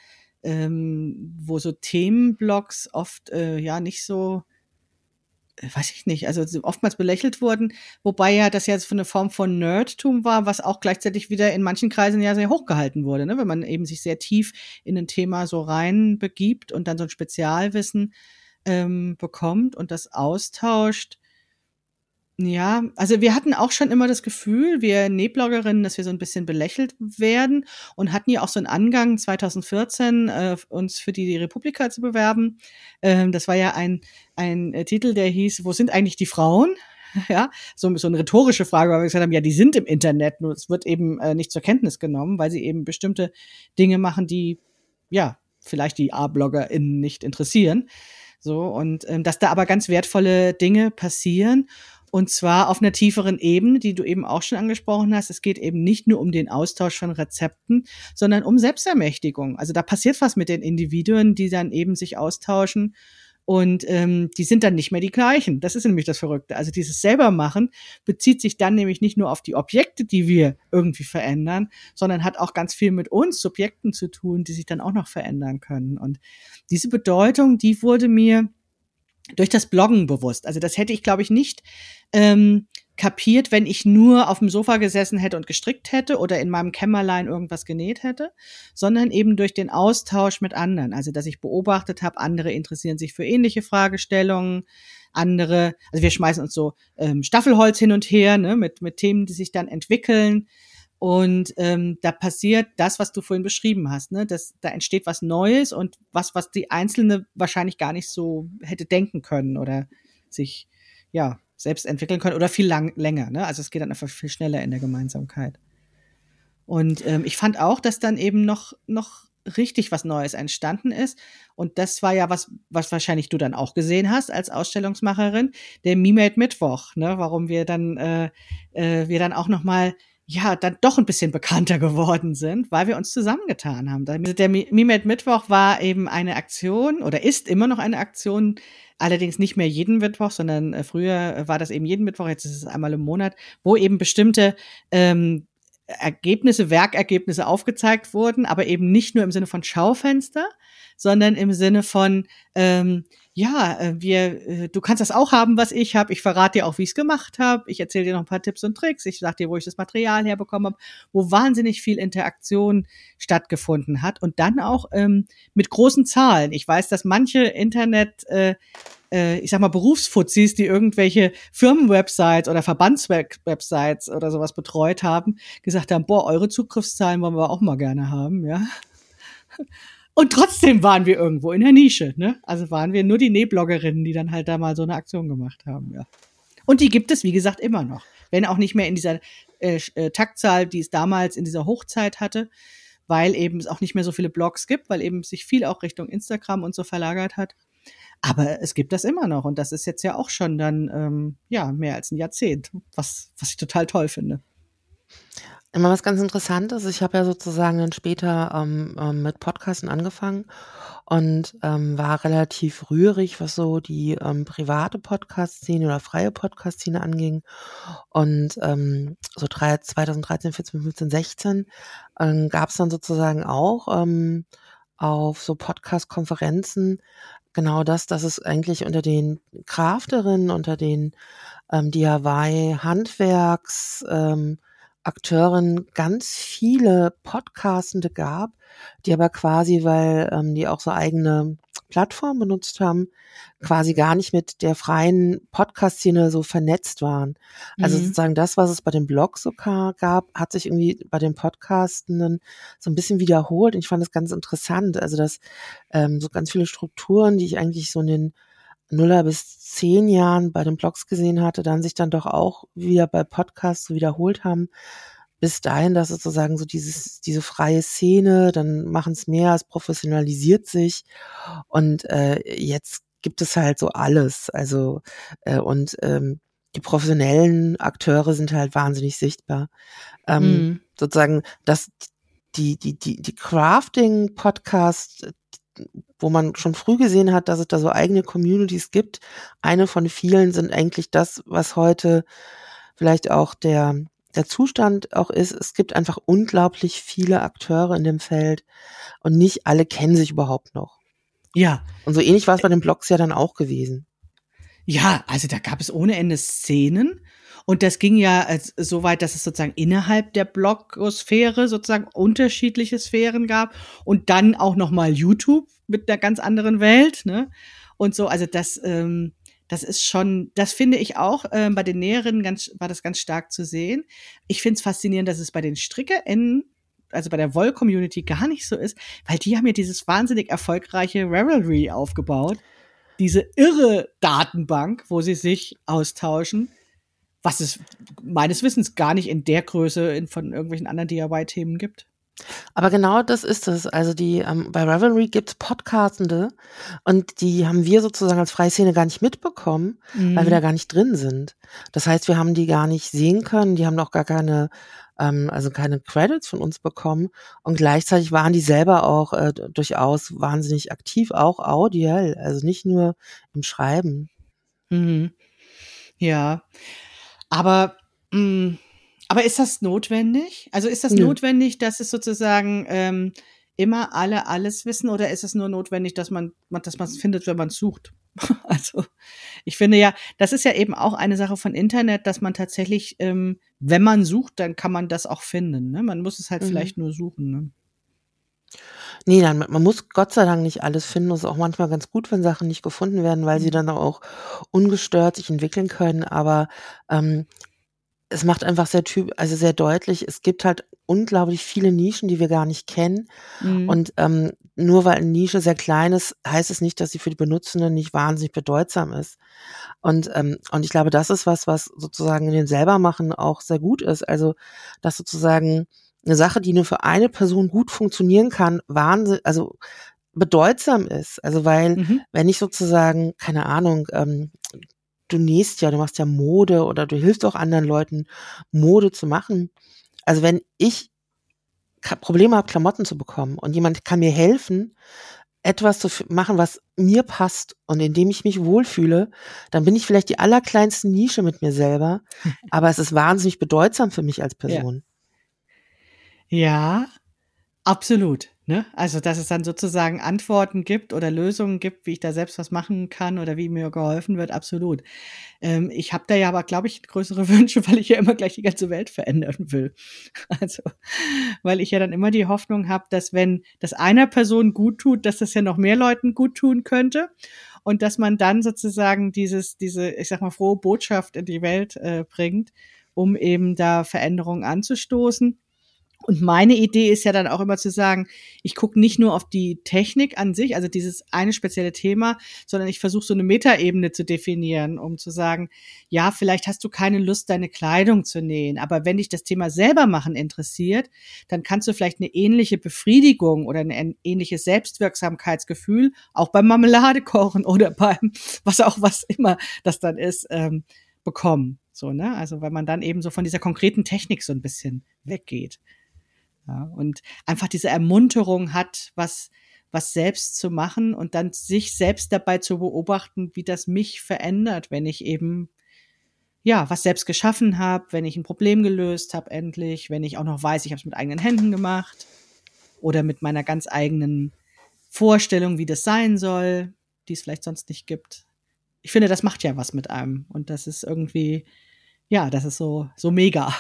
ähm, wo so Themenblocks oft, äh, ja, nicht so äh, weiß ich nicht, also so oftmals belächelt wurden, wobei ja das ja so 'ne Form von Nerdtum war, was auch gleichzeitig wieder in manchen Kreisen ja sehr hochgehalten wurde, ne? Wenn man eben sich sehr tief in 'nen Thema so reinbegibt und dann so 'n Spezialwissen, ähm, bekommt und das austauscht. Ja, also wir hatten auch schon immer das Gefühl, wir Nähbloggerinnen, dass wir so ein bisschen belächelt werden und hatten ja auch so einen Angang zwanzig vierzehn, äh, uns für die Republika zu bewerben. Ähm, das war ja ein ein, äh, Titel, der hieß: „Wo sind eigentlich die Frauen?" Ja, so so 'ne rhetorische Frage, weil wir gesagt haben: „Ja, die sind im Internet, nur es wird eben, äh, nicht zur Kenntnis genommen, weil sie eben bestimmte Dinge machen, die, ja, vielleicht die A-BloggerInnen nicht interessieren." So, und, ähm, dass da aber ganz wertvolle Dinge passieren, und zwar auf einer tieferen Ebene, die du eben auch schon angesprochen hast. Es geht eben nicht nur um den Austausch von Rezepten, sondern um Selbstermächtigung. Also, da passiert was mit den Individuen, die dann eben sich austauschen, und, ähm, die sind dann nicht mehr die gleichen. Das ist nämlich das Verrückte. Also, dieses Selbermachen bezieht sich dann nämlich nicht nur auf die Objekte, die wir irgendwie verändern, sondern hat auch ganz viel mit uns Subjekten zu tun, die sich dann auch noch verändern können. Und diese Bedeutung, die wurde mir durch das Bloggen bewusst. Also das hätte ich, glaube ich, nicht ähm, kapiert, wenn ich nur auf dem Sofa gesessen hätte und gestrickt hätte oder in meinem Kämmerlein irgendwas genäht hätte, sondern eben durch den Austausch mit anderen. Also dass ich beobachtet habe, andere interessieren sich für ähnliche Fragestellungen, andere, also wir schmeißen uns so ähm, Staffelholz hin und her, ne, mit mit Themen, die sich dann entwickeln. Und ähm, da passiert das, was du vorhin beschrieben hast, ne? Das, da entsteht was Neues und was, was die Einzelne wahrscheinlich gar nicht so hätte denken können oder sich, ja, selbst entwickeln können oder viel lang, länger, ne? Also es geht dann einfach viel schneller in der Gemeinsamkeit. Und ähm, ich fand auch, dass dann eben noch, noch richtig was Neues entstanden ist. Und das war ja was, was wahrscheinlich du dann auch gesehen hast als Ausstellungsmacherin, der Me-Made Mittwoch, ne? Warum wir dann, äh, äh, wir dann auch noch mal, ja, dann doch ein bisschen bekannter geworden sind, weil wir uns zusammengetan haben. Der Me-Made Mittwoch war eben eine Aktion oder ist immer noch eine Aktion, allerdings nicht mehr jeden Mittwoch, sondern äh, früher war das eben jeden Mittwoch, jetzt ist es einmal im Monat, wo eben bestimmte ähm, Ergebnisse, Werkergebnisse aufgezeigt wurden, aber eben nicht nur im Sinne von Schaufenster, sondern im Sinne von, ähm, ja, äh, wir, äh, du kannst das auch haben, was ich habe. Ich verrate dir auch, wie ich es gemacht habe. Ich erzähle dir noch ein paar Tipps und Tricks. Ich sage dir, wo ich das Material herbekommen habe, wo wahnsinnig viel Interaktion stattgefunden hat und dann auch ähm, mit großen Zahlen. Ich weiß, dass manche Internet äh, äh, ich sag mal, Berufsfuzis, die irgendwelche Firmenwebsites oder Verbandswebsites oder sowas betreut haben, gesagt haben, boah, eure Zugriffszahlen wollen wir auch mal gerne haben, ja. Und trotzdem waren wir irgendwo in der Nische, ne? Also waren wir nur die Nähbloggerinnen, die dann halt da mal so eine Aktion gemacht haben, ja. Und die gibt es, wie gesagt, immer noch. Wenn auch nicht mehr in dieser äh, äh, Taktzahl, die es damals in dieser Hochzeit hatte, weil eben es auch nicht mehr so viele Blogs gibt, weil eben sich viel auch Richtung Instagram und so verlagert hat. Aber es gibt das immer noch und das ist jetzt ja auch schon dann ähm, ja mehr als ein Jahrzehnt, was was ich total toll finde. Immer was ganz Interessantes. Ich habe ja sozusagen dann später ähm, ähm, mit Podcasten angefangen und ähm, war relativ rührig, was so die ähm, private Podcast-Szene oder freie Podcast-Szene anging. Und ähm, so drei, zwanzig dreizehn, vierzehn, fünfzehn, sechzehn ähm, gab es dann sozusagen auch ähm, auf so Podcast-Konferenzen genau das, dass es eigentlich unter den Crafterinnen, unter den ähm, D I Y-Handwerks, ähm, Akteuren ganz viele Podcastende gab, die aber quasi, weil ähm, die auch so eigene Plattformen benutzt haben, quasi gar nicht mit der freien Podcast-Szene so vernetzt waren. Also Mhm. sozusagen das, was es bei den Blogs so ka- gab, hat sich irgendwie bei den Podcastenden so ein bisschen wiederholt. Und ich fand das ganz interessant. Also dass ähm, so ganz viele Strukturen, die ich eigentlich so in den Nuller bis zehn Jahren bei den Blogs gesehen hatte, dann sich dann doch auch wieder bei Podcasts so wiederholt haben. Bis dahin, dass sozusagen so dieses, diese freie Szene, dann machen es mehr, es professionalisiert sich und äh, jetzt gibt es halt so alles. Also äh, und ähm, die professionellen Akteure sind halt wahnsinnig sichtbar. Ähm, Mhm. sozusagen, dass die, die, die, die Crafting-Podcast, wo man schon früh gesehen hat, dass es da so eigene Communities gibt. Eine von vielen sind eigentlich das, was heute vielleicht auch der, der Zustand auch ist. Es gibt einfach unglaublich viele Akteure in dem Feld und nicht alle kennen sich überhaupt noch. Ja. Und so ähnlich war es bei den Blogs ja dann auch gewesen. Ja, also da gab es ohne Ende Szenen. Und das ging ja als, so weit, dass es sozusagen innerhalb der Blogosphäre sozusagen unterschiedliche Sphären gab und dann auch noch mal YouTube mit einer ganz anderen Welt, ne? Und so, also das, ähm, Das ist schon, das finde ich auch, äh, bei den Näherinnen ganz, war das ganz stark zu sehen. Ich finde es faszinierend, dass es bei den StrickerInnen, also bei der Woll-Community gar nicht so ist, weil die haben ja dieses wahnsinnig erfolgreiche Ravelry aufgebaut. Diese irre Datenbank, wo sie sich austauschen, was es meines Wissens gar nicht in der Größe in, von irgendwelchen anderen D I Y-Themen gibt. Aber genau das ist es. Also die ähm, bei Ravelry gibt's Podcastende und die haben wir sozusagen als freie Szene gar nicht mitbekommen, mhm. weil wir da gar nicht drin sind. Das heißt, wir haben die gar nicht sehen können, die haben auch gar keine, ähm, also keine Credits von uns bekommen und gleichzeitig waren die selber auch äh, durchaus wahnsinnig aktiv, auch audiell, also nicht nur im Schreiben. Mhm. Ja, aber mh, Aber ist das notwendig? Also ist das Nö. notwendig, dass es sozusagen ähm, immer alle alles wissen oder ist es nur notwendig, dass man, man dass man es findet, wenn man es sucht? Also ich finde ja, das ist ja eben auch eine Sache von Internet, dass man tatsächlich, ähm, wenn man sucht, dann kann man das auch finden. Ne? Man muss es halt Mhm. vielleicht nur suchen. Ne? Nee, dann, man muss Gott sei Dank nicht alles finden. Es ist auch manchmal ganz gut, wenn Sachen nicht gefunden werden, weil sie Mhm. dann auch ungestört sich entwickeln können. Aber ähm, es macht einfach sehr typ, also sehr deutlich, es gibt halt unglaublich viele Nischen, die wir gar nicht kennen. Mhm. Und ähm, nur weil eine Nische sehr klein ist, heißt es nicht, dass sie für die Benutzenden nicht wahnsinnig bedeutsam ist. Und ähm, und ich glaube, das ist was, was sozusagen in dem Selbermachen auch sehr gut ist. Also, dass sozusagen eine Sache, die nur für eine Person gut funktionieren kann, wahnsinnig, also bedeutsam ist. Also, weil Mhm. wenn ich sozusagen, keine Ahnung, ähm, du nähst ja, du machst ja Mode oder du hilfst auch anderen Leuten, Mode zu machen. Also wenn ich Ka- Probleme habe, Klamotten zu bekommen und jemand kann mir helfen, etwas zu f- machen, was mir passt und in dem ich mich wohlfühle, dann bin ich vielleicht die allerkleinste Nische mit mir selber, aber es ist wahnsinnig bedeutsam für mich als Ja. Person. Ja, absolut. Ne? Also, dass es dann sozusagen Antworten gibt oder Lösungen gibt, wie ich da selbst was machen kann oder wie mir geholfen wird, absolut. Ähm, ich habe da ja aber, glaube ich, größere Wünsche, weil ich ja immer gleich die ganze Welt verändern will. Also, weil ich ja dann immer die Hoffnung habe, dass wenn das einer Person gut tut, dass das ja noch mehr Leuten gut tun könnte und dass man dann sozusagen dieses, diese, ich sag mal, frohe Botschaft in die Welt äh, bringt, um eben da Veränderungen anzustoßen. Und meine Idee ist ja dann auch immer zu sagen, ich gucke nicht nur auf die Technik an sich, also dieses eine spezielle Thema, sondern ich versuche so eine Metaebene zu definieren, um zu sagen, ja, vielleicht hast du keine Lust, deine Kleidung zu nähen, aber wenn dich das Thema selber machen interessiert, dann kannst du vielleicht eine ähnliche Befriedigung oder ein ähnliches Selbstwirksamkeitsgefühl auch beim Marmeladekochen oder beim, was auch was immer das dann ist, ähm, bekommen. So, ne? Also, weil man dann eben so von dieser konkreten Technik so ein bisschen weggeht. Ja, und einfach diese Ermunterung hat, was, was selbst zu machen und dann sich selbst dabei zu beobachten, wie das mich verändert, wenn ich eben, ja, was selbst geschaffen habe, wenn ich ein Problem gelöst habe endlich, wenn ich auch noch weiß, ich habe es mit eigenen Händen gemacht oder mit meiner ganz eigenen Vorstellung, wie das sein soll, die es vielleicht sonst nicht gibt. Ich finde, das macht ja was mit einem und das ist irgendwie, ja, das ist so, so mega.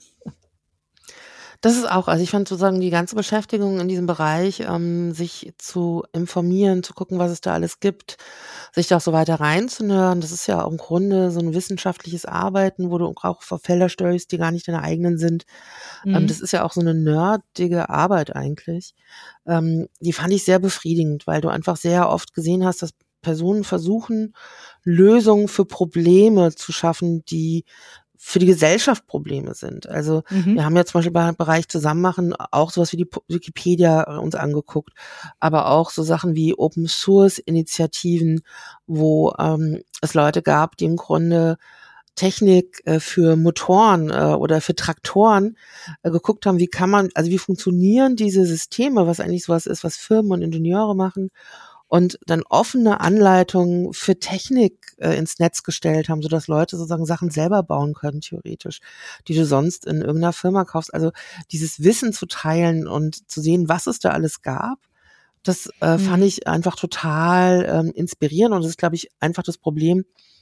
Das ist auch, also ich fand sozusagen die ganze Beschäftigung in diesem Bereich, ähm, sich zu informieren, zu gucken, was es da alles gibt, sich da auch so weiter reinzunörden. Das ist ja im Grunde so ein wissenschaftliches Arbeiten, wo du auch auf Felder stößt, die gar nicht deine eigenen sind. Ähm, das Mhm. ist ja auch so eine nerdige Arbeit eigentlich. Ähm, die fand ich sehr befriedigend, weil du einfach sehr oft gesehen hast, dass Personen versuchen, Lösungen für Probleme zu schaffen, die für die Gesellschaft Probleme sind. Also Mhm. wir haben ja zum Beispiel beim Bereich Zusammenmachen auch sowas wie die Po- Wikipedia äh, uns angeguckt, aber auch so Sachen wie Open Source Initiativen, wo ähm, es Leute gab, die im Grunde Technik äh, für Motoren äh, oder für Traktoren äh, geguckt haben, wie kann man, also wie funktionieren diese Systeme, was eigentlich sowas ist, was Firmen und Ingenieure machen und dann offene Anleitungen für Technik äh, ins Netz gestellt haben, sodass Leute sozusagen Sachen selber bauen können, theoretisch, die du sonst in irgendeiner Firma kaufst. Also dieses Wissen zu teilen und zu sehen, was es da alles gab, das äh, fand Mhm. ich einfach total ähm, inspirierend und das ist, glaube ich, einfach das Problem,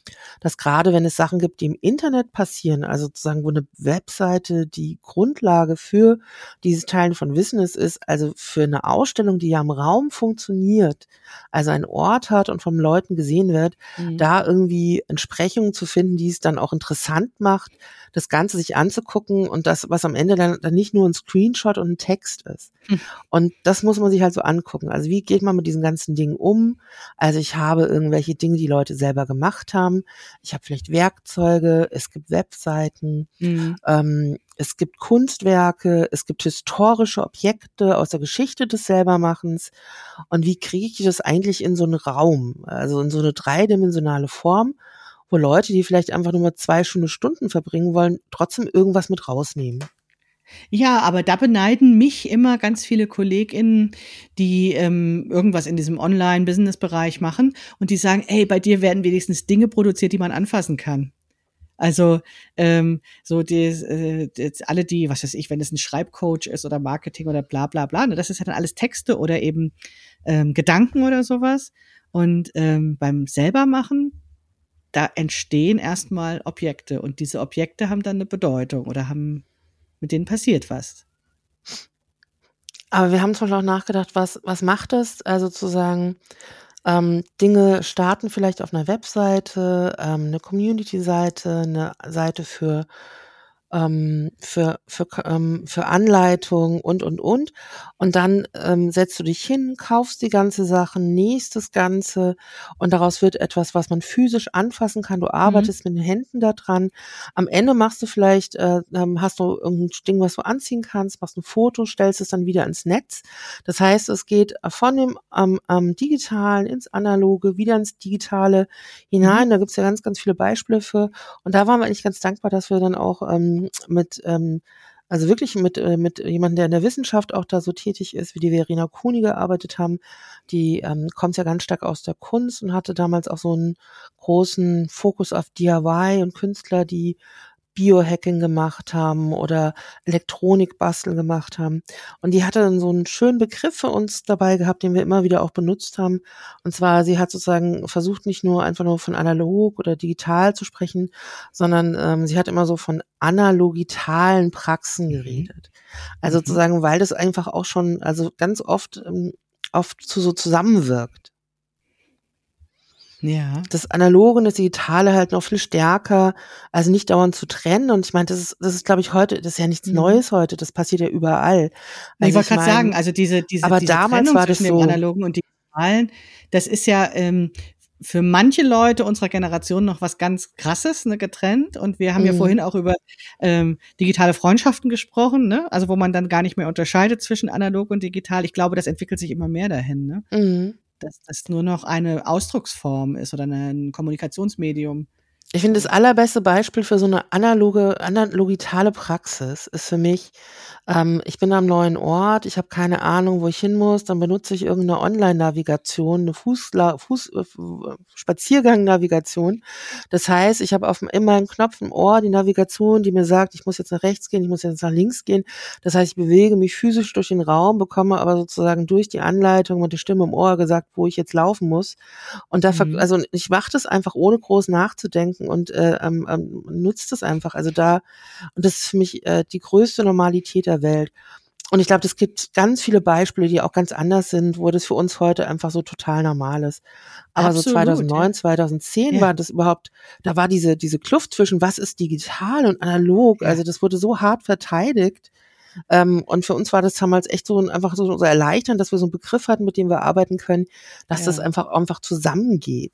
dass gerade wenn es Sachen gibt, die im Internet passieren, also sozusagen, wo eine Webseite die Grundlage für dieses Teilen von Wissen ist, ist, also für eine Ausstellung, die ja im Raum funktioniert, also einen Ort hat und von Leuten gesehen wird, Mhm. da irgendwie Entsprechungen zu finden, die es dann auch interessant macht, das Ganze sich anzugucken und das, was am Ende dann, dann nicht nur ein Screenshot und ein Text ist. Hm. Und das muss man sich halt so angucken. Also wie geht man mit diesen ganzen Dingen um? Also ich habe irgendwelche Dinge, die Leute selber gemacht haben. Ich habe vielleicht Werkzeuge, es gibt Webseiten, Mhm. ähm, es gibt Kunstwerke, es gibt historische Objekte aus der Geschichte des Selbermachens. Und wie kriege ich das eigentlich in so einen Raum, also in so eine dreidimensionale Form, wo Leute, die vielleicht einfach nur mal zwei schöne Stunden verbringen wollen, trotzdem irgendwas mit rausnehmen? Ja, aber da beneiden mich immer ganz viele KollegInnen, die ähm, irgendwas in diesem Online-Business-Bereich machen und die sagen, ey, bei dir werden wenigstens Dinge produziert, die man anfassen kann. Also ähm, so die, äh, jetzt alle die, was weiß ich, wenn es ein Schreibcoach ist oder Marketing oder bla bla bla, ne, das ist ja dann alles Texte oder eben ähm, Gedanken oder sowas. Und ähm, beim Selbermachen, da entstehen erstmal Objekte und diese Objekte haben dann eine Bedeutung oder haben, mit denen passiert was. Aber wir haben zum Beispiel auch nachgedacht, was, was macht es? Also zu sagen, ähm, Dinge starten vielleicht auf einer Webseite, ähm, eine Community-Seite, eine Seite für ähm, für für K ähm, für Anleitung und, und, und. Und dann, ähm, setzt du dich hin, kaufst die ganze Sachen, nähst das Ganze und daraus wird etwas, was man physisch anfassen kann. Du Mhm. arbeitest mit den Händen da dran. Am Ende machst du vielleicht äh, ähm, hast du irgend 'n Ding, was du anziehen kannst, machst ein Foto, stellst es dann wieder ins Netz. Das heißt, es geht von dem, ähm, ähm, Digitalen ins Analoge, wieder ins Digitale Mhm. hinein. Da gibt's ja ganz, ganz viele Beispiele für. Und da waren wir eigentlich ganz dankbar, dass wir dann auch ähm, mit, ähm, also wirklich mit, äh, mit jemandem, der in der Wissenschaft auch da so tätig ist, wie die Verena Kuni gearbeitet haben. Die ähm, kommt ja ganz stark aus der Kunst und hatte damals auch so einen großen Fokus auf D I Y und Künstler, die Biohacking gemacht haben oder Elektronikbasteln gemacht haben. Und die hatte dann so einen schönen Begriff für uns dabei gehabt, den wir immer wieder auch benutzt haben. Und zwar, sie hat sozusagen versucht, nicht nur einfach nur von analog oder digital zu sprechen, sondern ähm, sie hat immer so von analogitalen Praxen Mhm. geredet. Also Mhm. sozusagen, weil das einfach auch schon, also ganz oft, ähm, oft zu so zusammenwirkt. Ja. Das Analoge und das Digitale halt noch viel stärker, also nicht dauernd zu trennen. Und ich meine, das ist, das ist, glaube ich, heute, das ist ja nichts Mhm. Neues heute, das passiert ja überall. Ne, ich Also wollte ich grad sagen, meine, also diese diese aber diese damals Trennung war zwischen das dem so. Analogen und Digitalen, das ist ja, ähm, für manche Leute unserer Generation noch was ganz Krasses, ne, getrennt. Und wir haben ja Mhm. vorhin auch über ähm, digitale Freundschaften gesprochen, ne? Also wo man dann gar nicht mehr unterscheidet zwischen analog und digital. Ich glaube, das entwickelt sich immer mehr dahin, ne? Mhm. Dass das nur noch eine Ausdrucksform ist oder 'ne 'n Kommunikationsmedium. Ich finde, das So. allerbeste Beispiel für so eine analoge analogitale Praxis ist für mich, ähm, ich bin am neuen Ort, ich habe keine Ahnung, wo ich hin muss, dann benutze ich irgend 'ne Online-Navigation, 'ne Fußla Fuß äh, F Spaziergang-Navigation. Das heißt, ich habe auf immer einen Knopf im Ohr, die Navigation, die mir sagt, ich muss jetzt nach rechts gehen, ich muss jetzt nach links gehen. Das heißt, ich bewege mich physisch durch den Raum, bekomme aber sozusagen durch die Anleitung und die Stimme im Ohr gesagt, wo ich jetzt laufen muss. Und da ver Mhm. also ich mache das einfach, ohne groß nachzudenken und äh, ähm, ähm, nutze das einfach. Also da, und das ist für mich äh, die größte Normalität der Welt. Und ich glaube, es gibt ganz viele Beispiele, die auch ganz anders sind, wo das für uns heute einfach so total normal ist. Aber so Absolut, ja. zweitausendneun, zweitausendzehn Ja, war das überhaupt, da war diese diese Kluft zwischen was ist digital und analog, ja, also das wurde so hart verteidigt. Ähm, und für uns war das damals echt so ein, einfach so, so erleichternd, dass wir so einen Begriff hatten, mit dem wir arbeiten können, dass das ja. einfach einfach zusammengeht.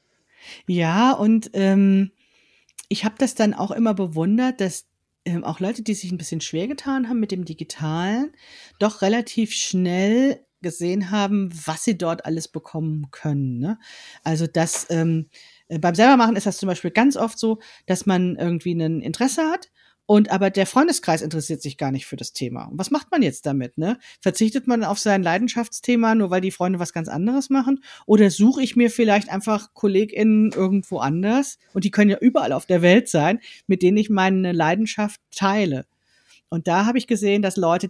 Ja, und ähm, ich habe das dann auch immer bewundert, dass ähm, auch Leute, die sich ein bisschen schwer getan haben mit dem Digitalen, doch relativ schnell gesehen haben, was sie dort alles bekommen können, ne? Also, dass ähm, äh, beim Selbermachen ist das zum Beispiel ganz oft so, dass man irgendwie ein Interesse hat und aber der Freundeskreis interessiert sich gar nicht für das Thema. Und was macht man jetzt damit, ne? Verzichtet man auf sein Leidenschaftsthema, nur weil die Freunde was ganz anderes machen? Oder suche ich mir vielleicht einfach KollegInnen irgendwo anders, und die können ja überall auf der Welt sein, mit denen ich meine Leidenschaft teile. Und da habe ich gesehen, dass Leute, die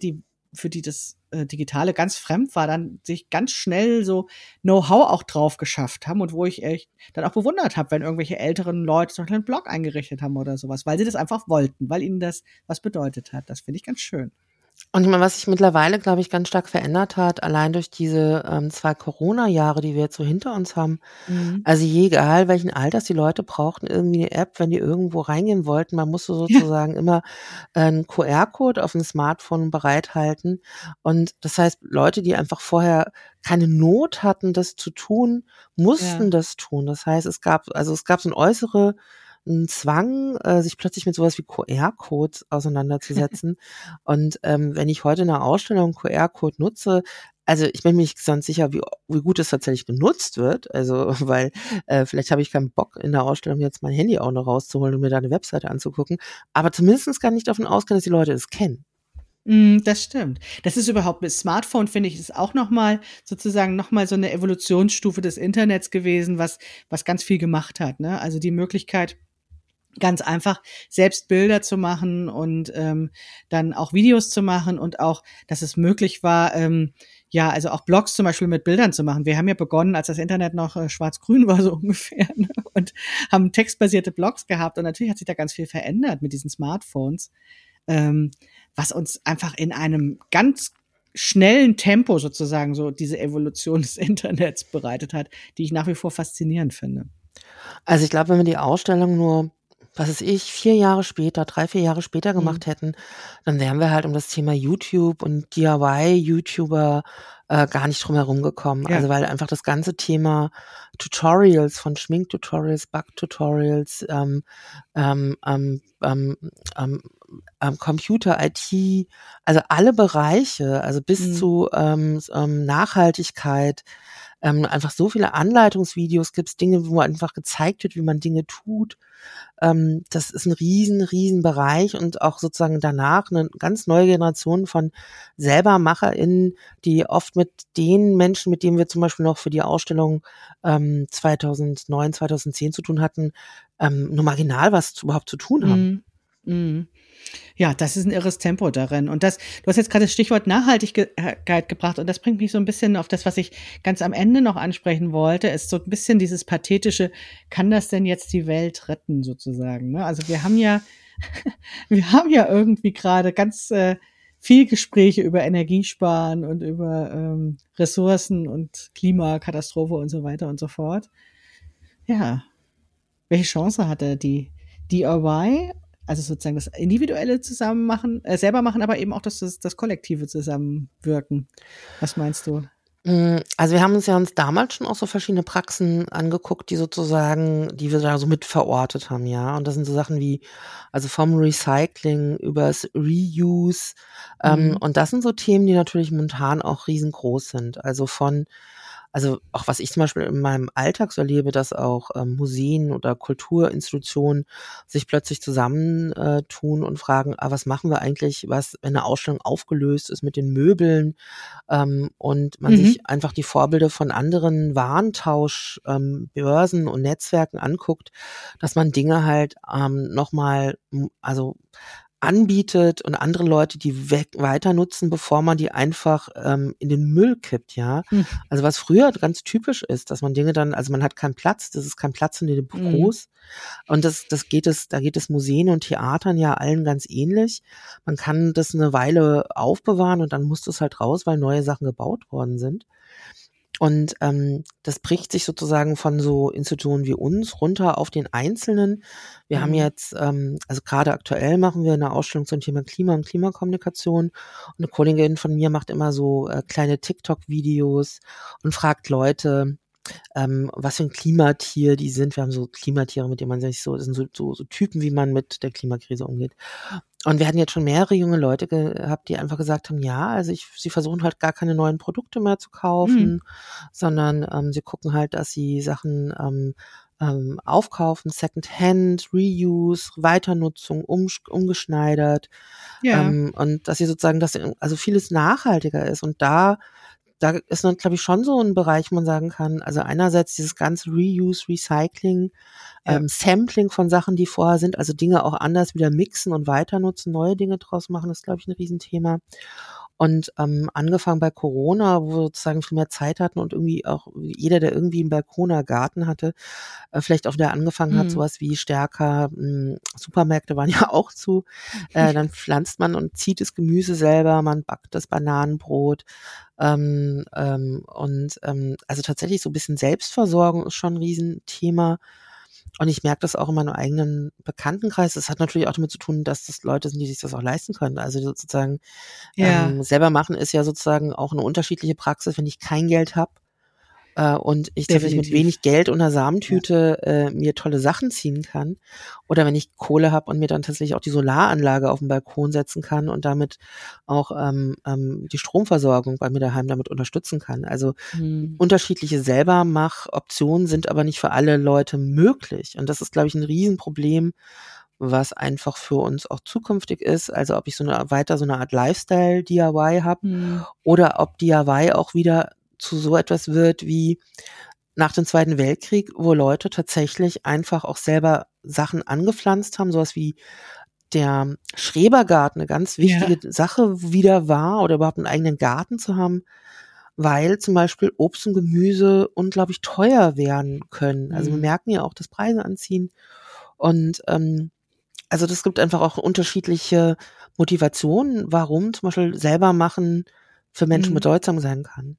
für die das äh, Digitale ganz fremd war, dann sich ganz schnell so Know-how auch drauf geschafft haben und wo ich echt dann auch bewundert habe, wenn irgendwelche älteren Leute so einen Blog eingerichtet haben oder sowas, weil sie das einfach wollten, weil ihnen das was bedeutet hat. Das finde ich ganz schön. Und ich meine, was sich mittlerweile, glaube ich, ganz stark verändert hat, allein durch diese ähm, zwei Corona-Jahre, die wir jetzt so hinter uns haben. Mhm. Also je egal, welchen Alters die Leute brauchten irgendwie eine App, wenn die irgendwo reingehen wollten. Man musste Ja. sozusagen immer einen Q R-Code auf dem Smartphone bereithalten. Und das heißt, Leute, die einfach vorher keine Not hatten, das zu tun, mussten Ja. das tun. Das heißt, es gab, also es gab so ein äußere einen Zwang, äh, sich plötzlich mit sowas wie Q R-Codes auseinanderzusetzen. Und ähm, wenn ich heute in einer Ausstellung einen Q R-Code nutze, also ich bin mir nicht ganz sicher, wie, wie gut es tatsächlich genutzt wird. Also, weil äh, vielleicht habe ich keinen Bock, in der Ausstellung jetzt mein Handy auch noch rauszuholen und mir da eine Webseite anzugucken. Aber zumindest kann ich davon ausgehen, dass die Leute es kennen. Mm, das stimmt. Das ist überhaupt mit Smartphone, finde ich, ist auch noch mal sozusagen noch mal so eine Evolutionsstufe des Internets gewesen, was was ganz viel gemacht hat, ne? Also die Möglichkeit, ganz einfach selbst Bilder zu machen und ähm, dann auch Videos zu machen und auch, dass es möglich war, ähm, ja, also auch Blogs zum Beispiel mit Bildern zu machen. Wir haben ja begonnen, als das Internet noch äh, schwarz-grün war, so ungefähr, ne? Und haben textbasierte Blogs gehabt. Und natürlich hat sich da ganz viel verändert mit diesen Smartphones, ähm, was uns einfach in einem ganz schnellen Tempo sozusagen so diese Evolution des Internets bereitet hat, die ich nach wie vor faszinierend finde. Also ich glaube, wenn wir die Ausstellung nur, was weiß ich, vier Jahre später, drei, vier Jahre später Mhm. gemacht hätten, dann wären wir halt um das Thema YouTube und D I Y-YouTuber äh, gar nicht drum herum gekommen. Ja. Also weil einfach das ganze Thema Tutorials, von Schminktutorials, Bug-Tutorials, ähm, ähm, ähm, ähm, ähm, ähm, Computer-I T, also alle Bereiche, also bis Mhm. zu ähm, ähm, Nachhaltigkeit, ähm, einfach so viele Anleitungsvideos gibt's, Dinge, wo einfach gezeigt wird, wie man Dinge tut. Ähm, das ist ein riesen, riesen Bereich und auch sozusagen danach eine ganz neue Generation von SelbermacherInnen, die oft mit den Menschen, mit denen wir zum Beispiel noch für die Ausstellung ähm, zweitausendneun, zweitausendzehn zu tun hatten, ähm, nur marginal was zu, überhaupt zu tun haben. Mhm. Mhm. Ja, das ist ein irres Tempo darin. Und das du hast jetzt gerade das Stichwort Nachhaltigkeit gebracht und das bringt mich so ein bisschen auf das, was ich ganz am Ende noch ansprechen wollte, ist so ein bisschen dieses pathetische: „Kann das denn jetzt die Welt retten?“ sozusagen, ne? Also, wir haben ja wir haben ja irgendwie gerade ganz, äh, viel Gespräche über Energiesparen und über, ähm, Ressourcen und Klimakatastrophe und so weiter und so fort. Ja, welche Chance hatte die D I Y, also sozusagen das individuelle Zusammenmachen äh, selber machen, aber eben auch das das das kollektive Zusammenwirken. Was meinst du? Hm, also, wir haben uns ja uns damals schon auch so verschiedene Praxen angeguckt, die sozusagen die wir da so mit verortet haben, ja. Und das sind so Sachen wie also, vom Recycling übers Reuse, ähm, Mhm. und das sind so Themen, die natürlich momentan auch riesengroß sind. Also, von also, auch was ich zum Beispiel in meinem Alltag so erlebe, dass auch, ähm, Museen oder Kulturinstitutionen sich plötzlich zusammentun äh, tun und fragen: „Ah, was machen wir eigentlich, was wenn 'ne Ausstellung aufgelöst ist mit den Möbeln?“ Ähm, und man Mhm. sich einfach die Vorbilder von anderen Warentausch ähm, Börsen und Netzwerken anguckt, dass man Dinge halt ähm, noch mal, hm, also anbietet und andere Leute die weg weiter nutzen, bevor man die einfach ähm, in den Müll kippt, ja. Hm. Also was früher ganz typisch ist, dass man Dinge dann, also man hat keinen Platz, das ist kein Platz in den Mhm. Büros. Und das, das geht es, da geht es Museen und Theatern ja allen ganz ähnlich. Man kann das eine Weile aufbewahren und dann muss das halt raus, weil neue Sachen gebaut worden sind. Und ähm, das bricht sich sozusagen von so Institutionen wie uns runter auf den Einzelnen. Wir haben Mhm. jetzt, ähm, also gerade aktuell machen wir eine Ausstellung zum Thema Klima und Klimakommunikation. Und eine Kollegin von mir macht immer so äh, kleine TikTok-Videos und fragt Leute, ähm, was für ein Klimatier die sind. Wir haben so Klimatiere, mit denen man sich so, das sind so, so, so Typen, wie man mit der Klimakrise umgeht. Und wir hatten jetzt schon mehrere junge Leute gehabt, die einfach gesagt haben, ja, also ich, sie versuchen halt gar keine neuen Produkte mehr zu Mhm. kaufen, sondern ähm, sie gucken halt, dass sie Sachen ähm, ähm, aufkaufen, Secondhand, Reuse, Weiternutzung, umsch- umgeschneidert, Ja. ähm, und dass sie sozusagen, dass also vieles nachhaltiger ist. Und da da ist dann, glaube ich, schon so ein Bereich, wo man sagen kann, also einerseits dieses ganze Reuse, Recycling, Ja. ähm, Sampling von Sachen, die vorher sind, also Dinge auch anders wieder mixen und weiter nutzen, neue Dinge draus machen, ist, glaube ich, ein Riesenthema. Und ähm, angefangen bei Corona, wo wir sozusagen viel mehr Zeit hatten und irgendwie auch jeder, der irgendwie einen Balkon oder Garten hatte, äh, vielleicht auch wieder angefangen hat, Mhm. sowas wie stärker, mh, Supermärkte waren ja auch zu, äh, dann pflanzt man und zieht das Gemüse selber, man backt das Bananenbrot. Ähm, ähm, und ähm, also tatsächlich so ein bisschen Selbstversorgung ist schon ein Riesenthema. Und ich merke das auch in meinem eigenen Bekanntenkreis. Das hat natürlich auch damit zu tun, dass das Leute sind, die sich das auch leisten können. Also sozusagen Ja, ähm, selber machen ist ja sozusagen auch eine unterschiedliche Praxis, wenn ich kein Geld habe äh, und ich tatsächlich mit definitiv. wenig Geld und einer Ja. Samentüte äh, mir tolle Sachen ziehen kann. Oder wenn ich Kohle habe und mir dann tatsächlich auch die Solaranlage auf den Balkon setzen kann und damit auch ähm, ähm, die Stromversorgung bei mir daheim damit unterstützen kann. Also Mhm. unterschiedliche Selbermach-Optionen sind aber nicht für alle Leute möglich. Und das ist, glaube ich, ein Riesenproblem, was einfach für uns auch zukünftig ist. Also ob ich so eine weiter so eine Art Lifestyle-D I Y habe Mhm. oder ob D I Y auch wieder zu so etwas wird wie nach dem Zweiten Weltkrieg, wo Leute tatsächlich einfach auch selber Sachen angepflanzt haben, sowas wie der Schrebergarten eine ganz Ja. wichtige Sache wieder war oder überhaupt einen eigenen Garten zu haben, weil zum Beispiel Obst und Gemüse unglaublich teuer werden können. Also wir Mhm. merken ja auch, dass Preise anziehen und ähm, also das gibt einfach auch unterschiedliche Motivationen, warum zum Beispiel selber machen für Menschen Mhm. bedeutsam sein kann.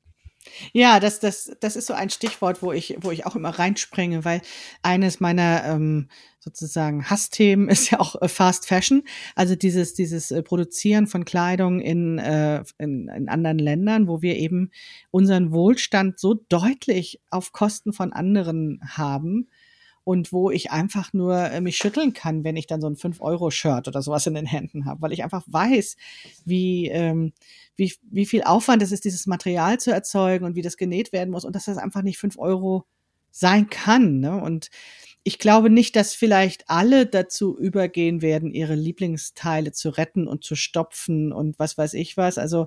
Ja, das das das ist so ein Stichwort, wo ich wo ich auch immer reinspringe, weil eines meiner, ähm, sozusagen Hassthemen ist ja auch, äh, Fast Fashion. Also dieses dieses, äh, Produzieren von Kleidung in, äh in in anderen Ländern, wo wir eben unseren Wohlstand so deutlich auf Kosten von anderen haben und wo ich einfach nur, äh, mich schütteln kann, wenn ich dann so ein fünf Euro Shirt oder sowas in den Händen habe, weil ich einfach weiß, wie, ähm wie wie viel Aufwand es ist, dieses Material zu erzeugen und wie das genäht werden muss und dass das einfach nicht fünf Euro sein kann, ne? Und ich glaube nicht, dass vielleicht alle dazu übergehen werden, ihre Lieblingsteile zu retten und zu stopfen und was weiß ich was. Also,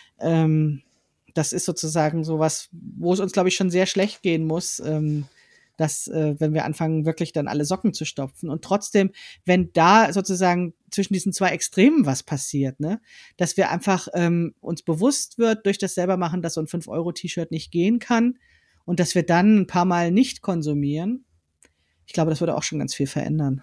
ähm, das ist sozusagen so was, wo es uns, glaube ich, schon sehr schlecht gehen muss, ähm, dass, äh, wenn wir anfangen, wirklich dann alle Socken zu stopfen. Und trotzdem, wenn da sozusagen zwischen diesen zwei Extremen was passiert, ne, dass wir einfach ähm, uns bewusst wird durch das Selbermachen, dass so ein fünf Euro T-Shirt nicht gehen kann und dass wir dann ein paar Mal nicht konsumieren. Ich glaube, das würde auch schon ganz viel verändern.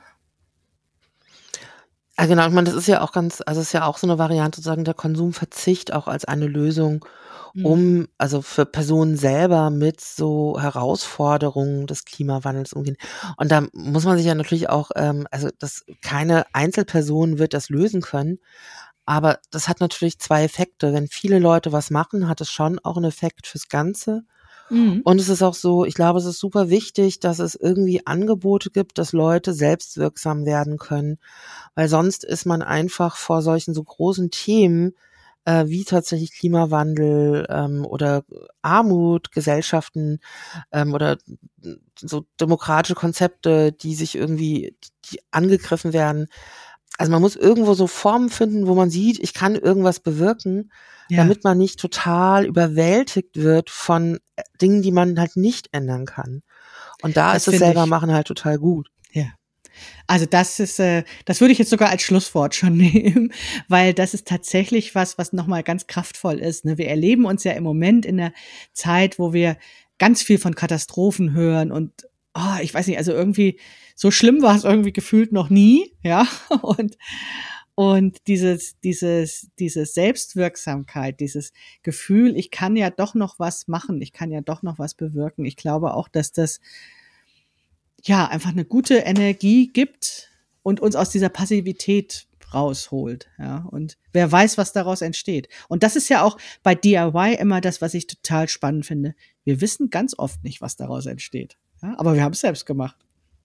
Ah, genau, ich meine, das ist ja auch ganz also, es ist ja auch so eine Variante sozusagen der Konsumverzicht auch als eine Lösung, Mhm. um also, für Personen selber mit so Herausforderungen des Klimawandels umgehen. Und da muss man sich ja natürlich auch ähm, also, das keine Einzelperson wird das lösen können, aber das hat natürlich zwei Effekte. Wenn viele Leute was machen, hat es schon auch 'n Effekt fürs Ganze. Mhm. Und es ist auch so, ich glaube, es ist super wichtig, dass es irgendwie Angebote gibt, dass Leute selbstwirksam werden können, weil sonst ist man einfach vor solchen so großen Themen, äh, wie tatsächlich Klimawandel, ähm, oder Armut, Gesellschaften, ähm, oder so demokratische Konzepte, die sich irgendwie die angegriffen werden. Also, man muss irgendwo so Formen finden, wo man sieht, ich kann irgendwas bewirken, Ja, damit man nicht total überwältigt wird von, äh, Dingen, die man halt nicht ändern kann. Und da das ist das finde ich. Selbermachen halt total gut. Ja. Also das ist, äh das würde ich jetzt sogar als Schlusswort schon nehmen, weil das ist tatsächlich was, was noch mal ganz kraftvoll ist, ne? Wir erleben uns ja im Moment in 'ner Zeit, wo wir ganz viel von Katastrophen hören und, oh, ich weiß nicht, also irgendwie so schlimm war es irgendwie gefühlt noch nie, ja? Und und dieses dieses diese Selbstwirksamkeit, dieses Gefühl, ich kann ja doch noch was machen, ich kann ja doch noch was bewirken. Ich glaube auch, dass das ja, einfach eine gute Energie gibt und uns aus dieser Passivität rausholt, ja? Und wer weiß, was daraus entsteht. Und das ist ja auch bei D I Y immer das, was ich total spannend finde. Wir wissen ganz oft nicht, was daraus entsteht, ja, aber wir haben's selbst gemacht.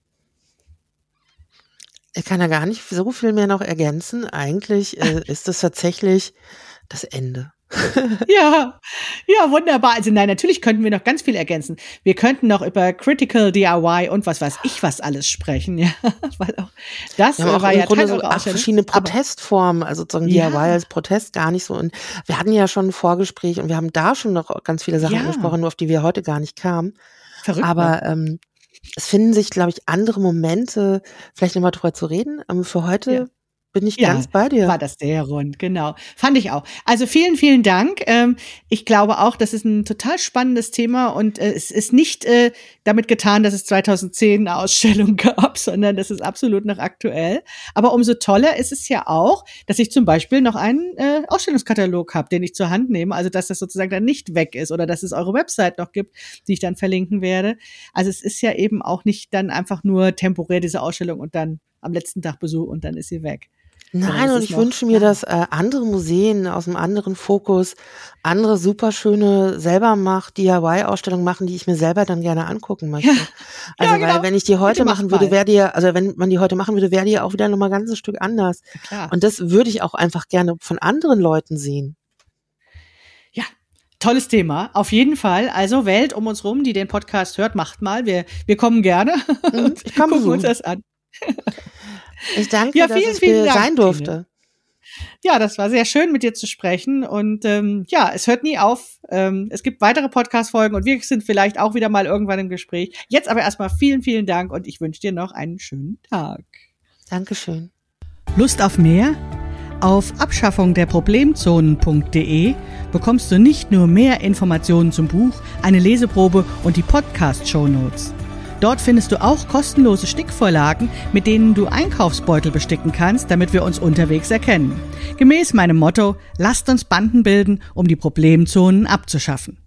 Ich kann da gar nicht so viel mehr noch ergänzen. Eigentlich, äh, ist es tatsächlich das Ende. Ja, ja, wunderbar. Also, nein, natürlich könnten wir noch ganz viel ergänzen. Wir könnten noch über Critical D I Y und was weiß ich was alles sprechen, ja, weil auch das, Wir haben äh, auch war im ja Grunde Teil so eurer acht Ausstellung. verschiedene Aber Protestformen, also sozusagen D I Y ja, als Protest gar nicht so und wir hatten ja schon 'n Vorgespräch und wir haben da schon noch ganz viele Sachen ja, angesprochen, nur auf die wir heute gar nicht kamen. verrückt, ne? Aber, ähm, es finden sich, glaube ich, andere Momente, vielleicht noch mal drüber zu reden. Ähm, für Ja. heute bin ich Ja, ganz bei dir. war das sehr rund, genau. Fand ich auch. Also vielen, vielen Dank. Ähm, ich glaube auch, das ist ein total spannendes Thema und äh, es ist nicht äh, damit getan, dass es zweitausendzehn eine Ausstellung gab, sondern das ist absolut noch aktuell. Aber umso toller ist es ja auch, dass ich zum Beispiel noch einen äh, Ausstellungskatalog habe, den ich zur Hand nehme, also dass das sozusagen dann nicht weg ist oder dass es eure Website noch gibt, die ich dann verlinken werde. Also es ist ja eben auch nicht dann einfach nur temporär diese Ausstellung und dann am letzten Tag Besuch und dann ist sie weg. Nein, und ich wünsche mir, dass äh, andere Museen aus einem anderen Fokus andere superschöne selber macht D I Y-Ausstellungen machen, die ich mir selber dann gerne angucken möchte. Ja, also ja, genau. weil wenn ich die heute Bitte macht machen würde, mal. wäre die ja, also wenn man die heute machen würde, wäre die ja auch wieder nochmal ganz ein Stück anders. Ja, klar. Und das würde ich auch einfach gerne von anderen Leuten sehen. Ja, tolles Thema, auf jeden Fall. Also Welt um uns rum, die den Podcast hört, macht mal. Wir, wir kommen gerne und Ich komm gucken uns besuchen. das an. Ich danke, Ja, dass vielen, es vielen mir Dank, sein Tine. durfte. Ja, das war sehr schön, mit dir zu sprechen. Und ähm, ja, es hört nie auf. Ähm, es gibt weitere Podcast-Folgen und wir sind vielleicht auch wieder mal irgendwann im Gespräch. Jetzt aber erstmal vielen, vielen Dank und ich wünsche dir noch einen schönen Tag. Dankeschön. Lust auf mehr? Auf abschaffung der problemzonen punkt de bekommst du nicht nur mehr Informationen zum Buch, eine Leseprobe und die Podcast-Shownotes. Dort findest du auch kostenlose Stickvorlagen, mit denen du Einkaufsbeutel besticken kannst, damit wir uns unterwegs erkennen. Gemäß meinem Motto, lasst uns Banden bilden, um die Problemzonen abzuschaffen.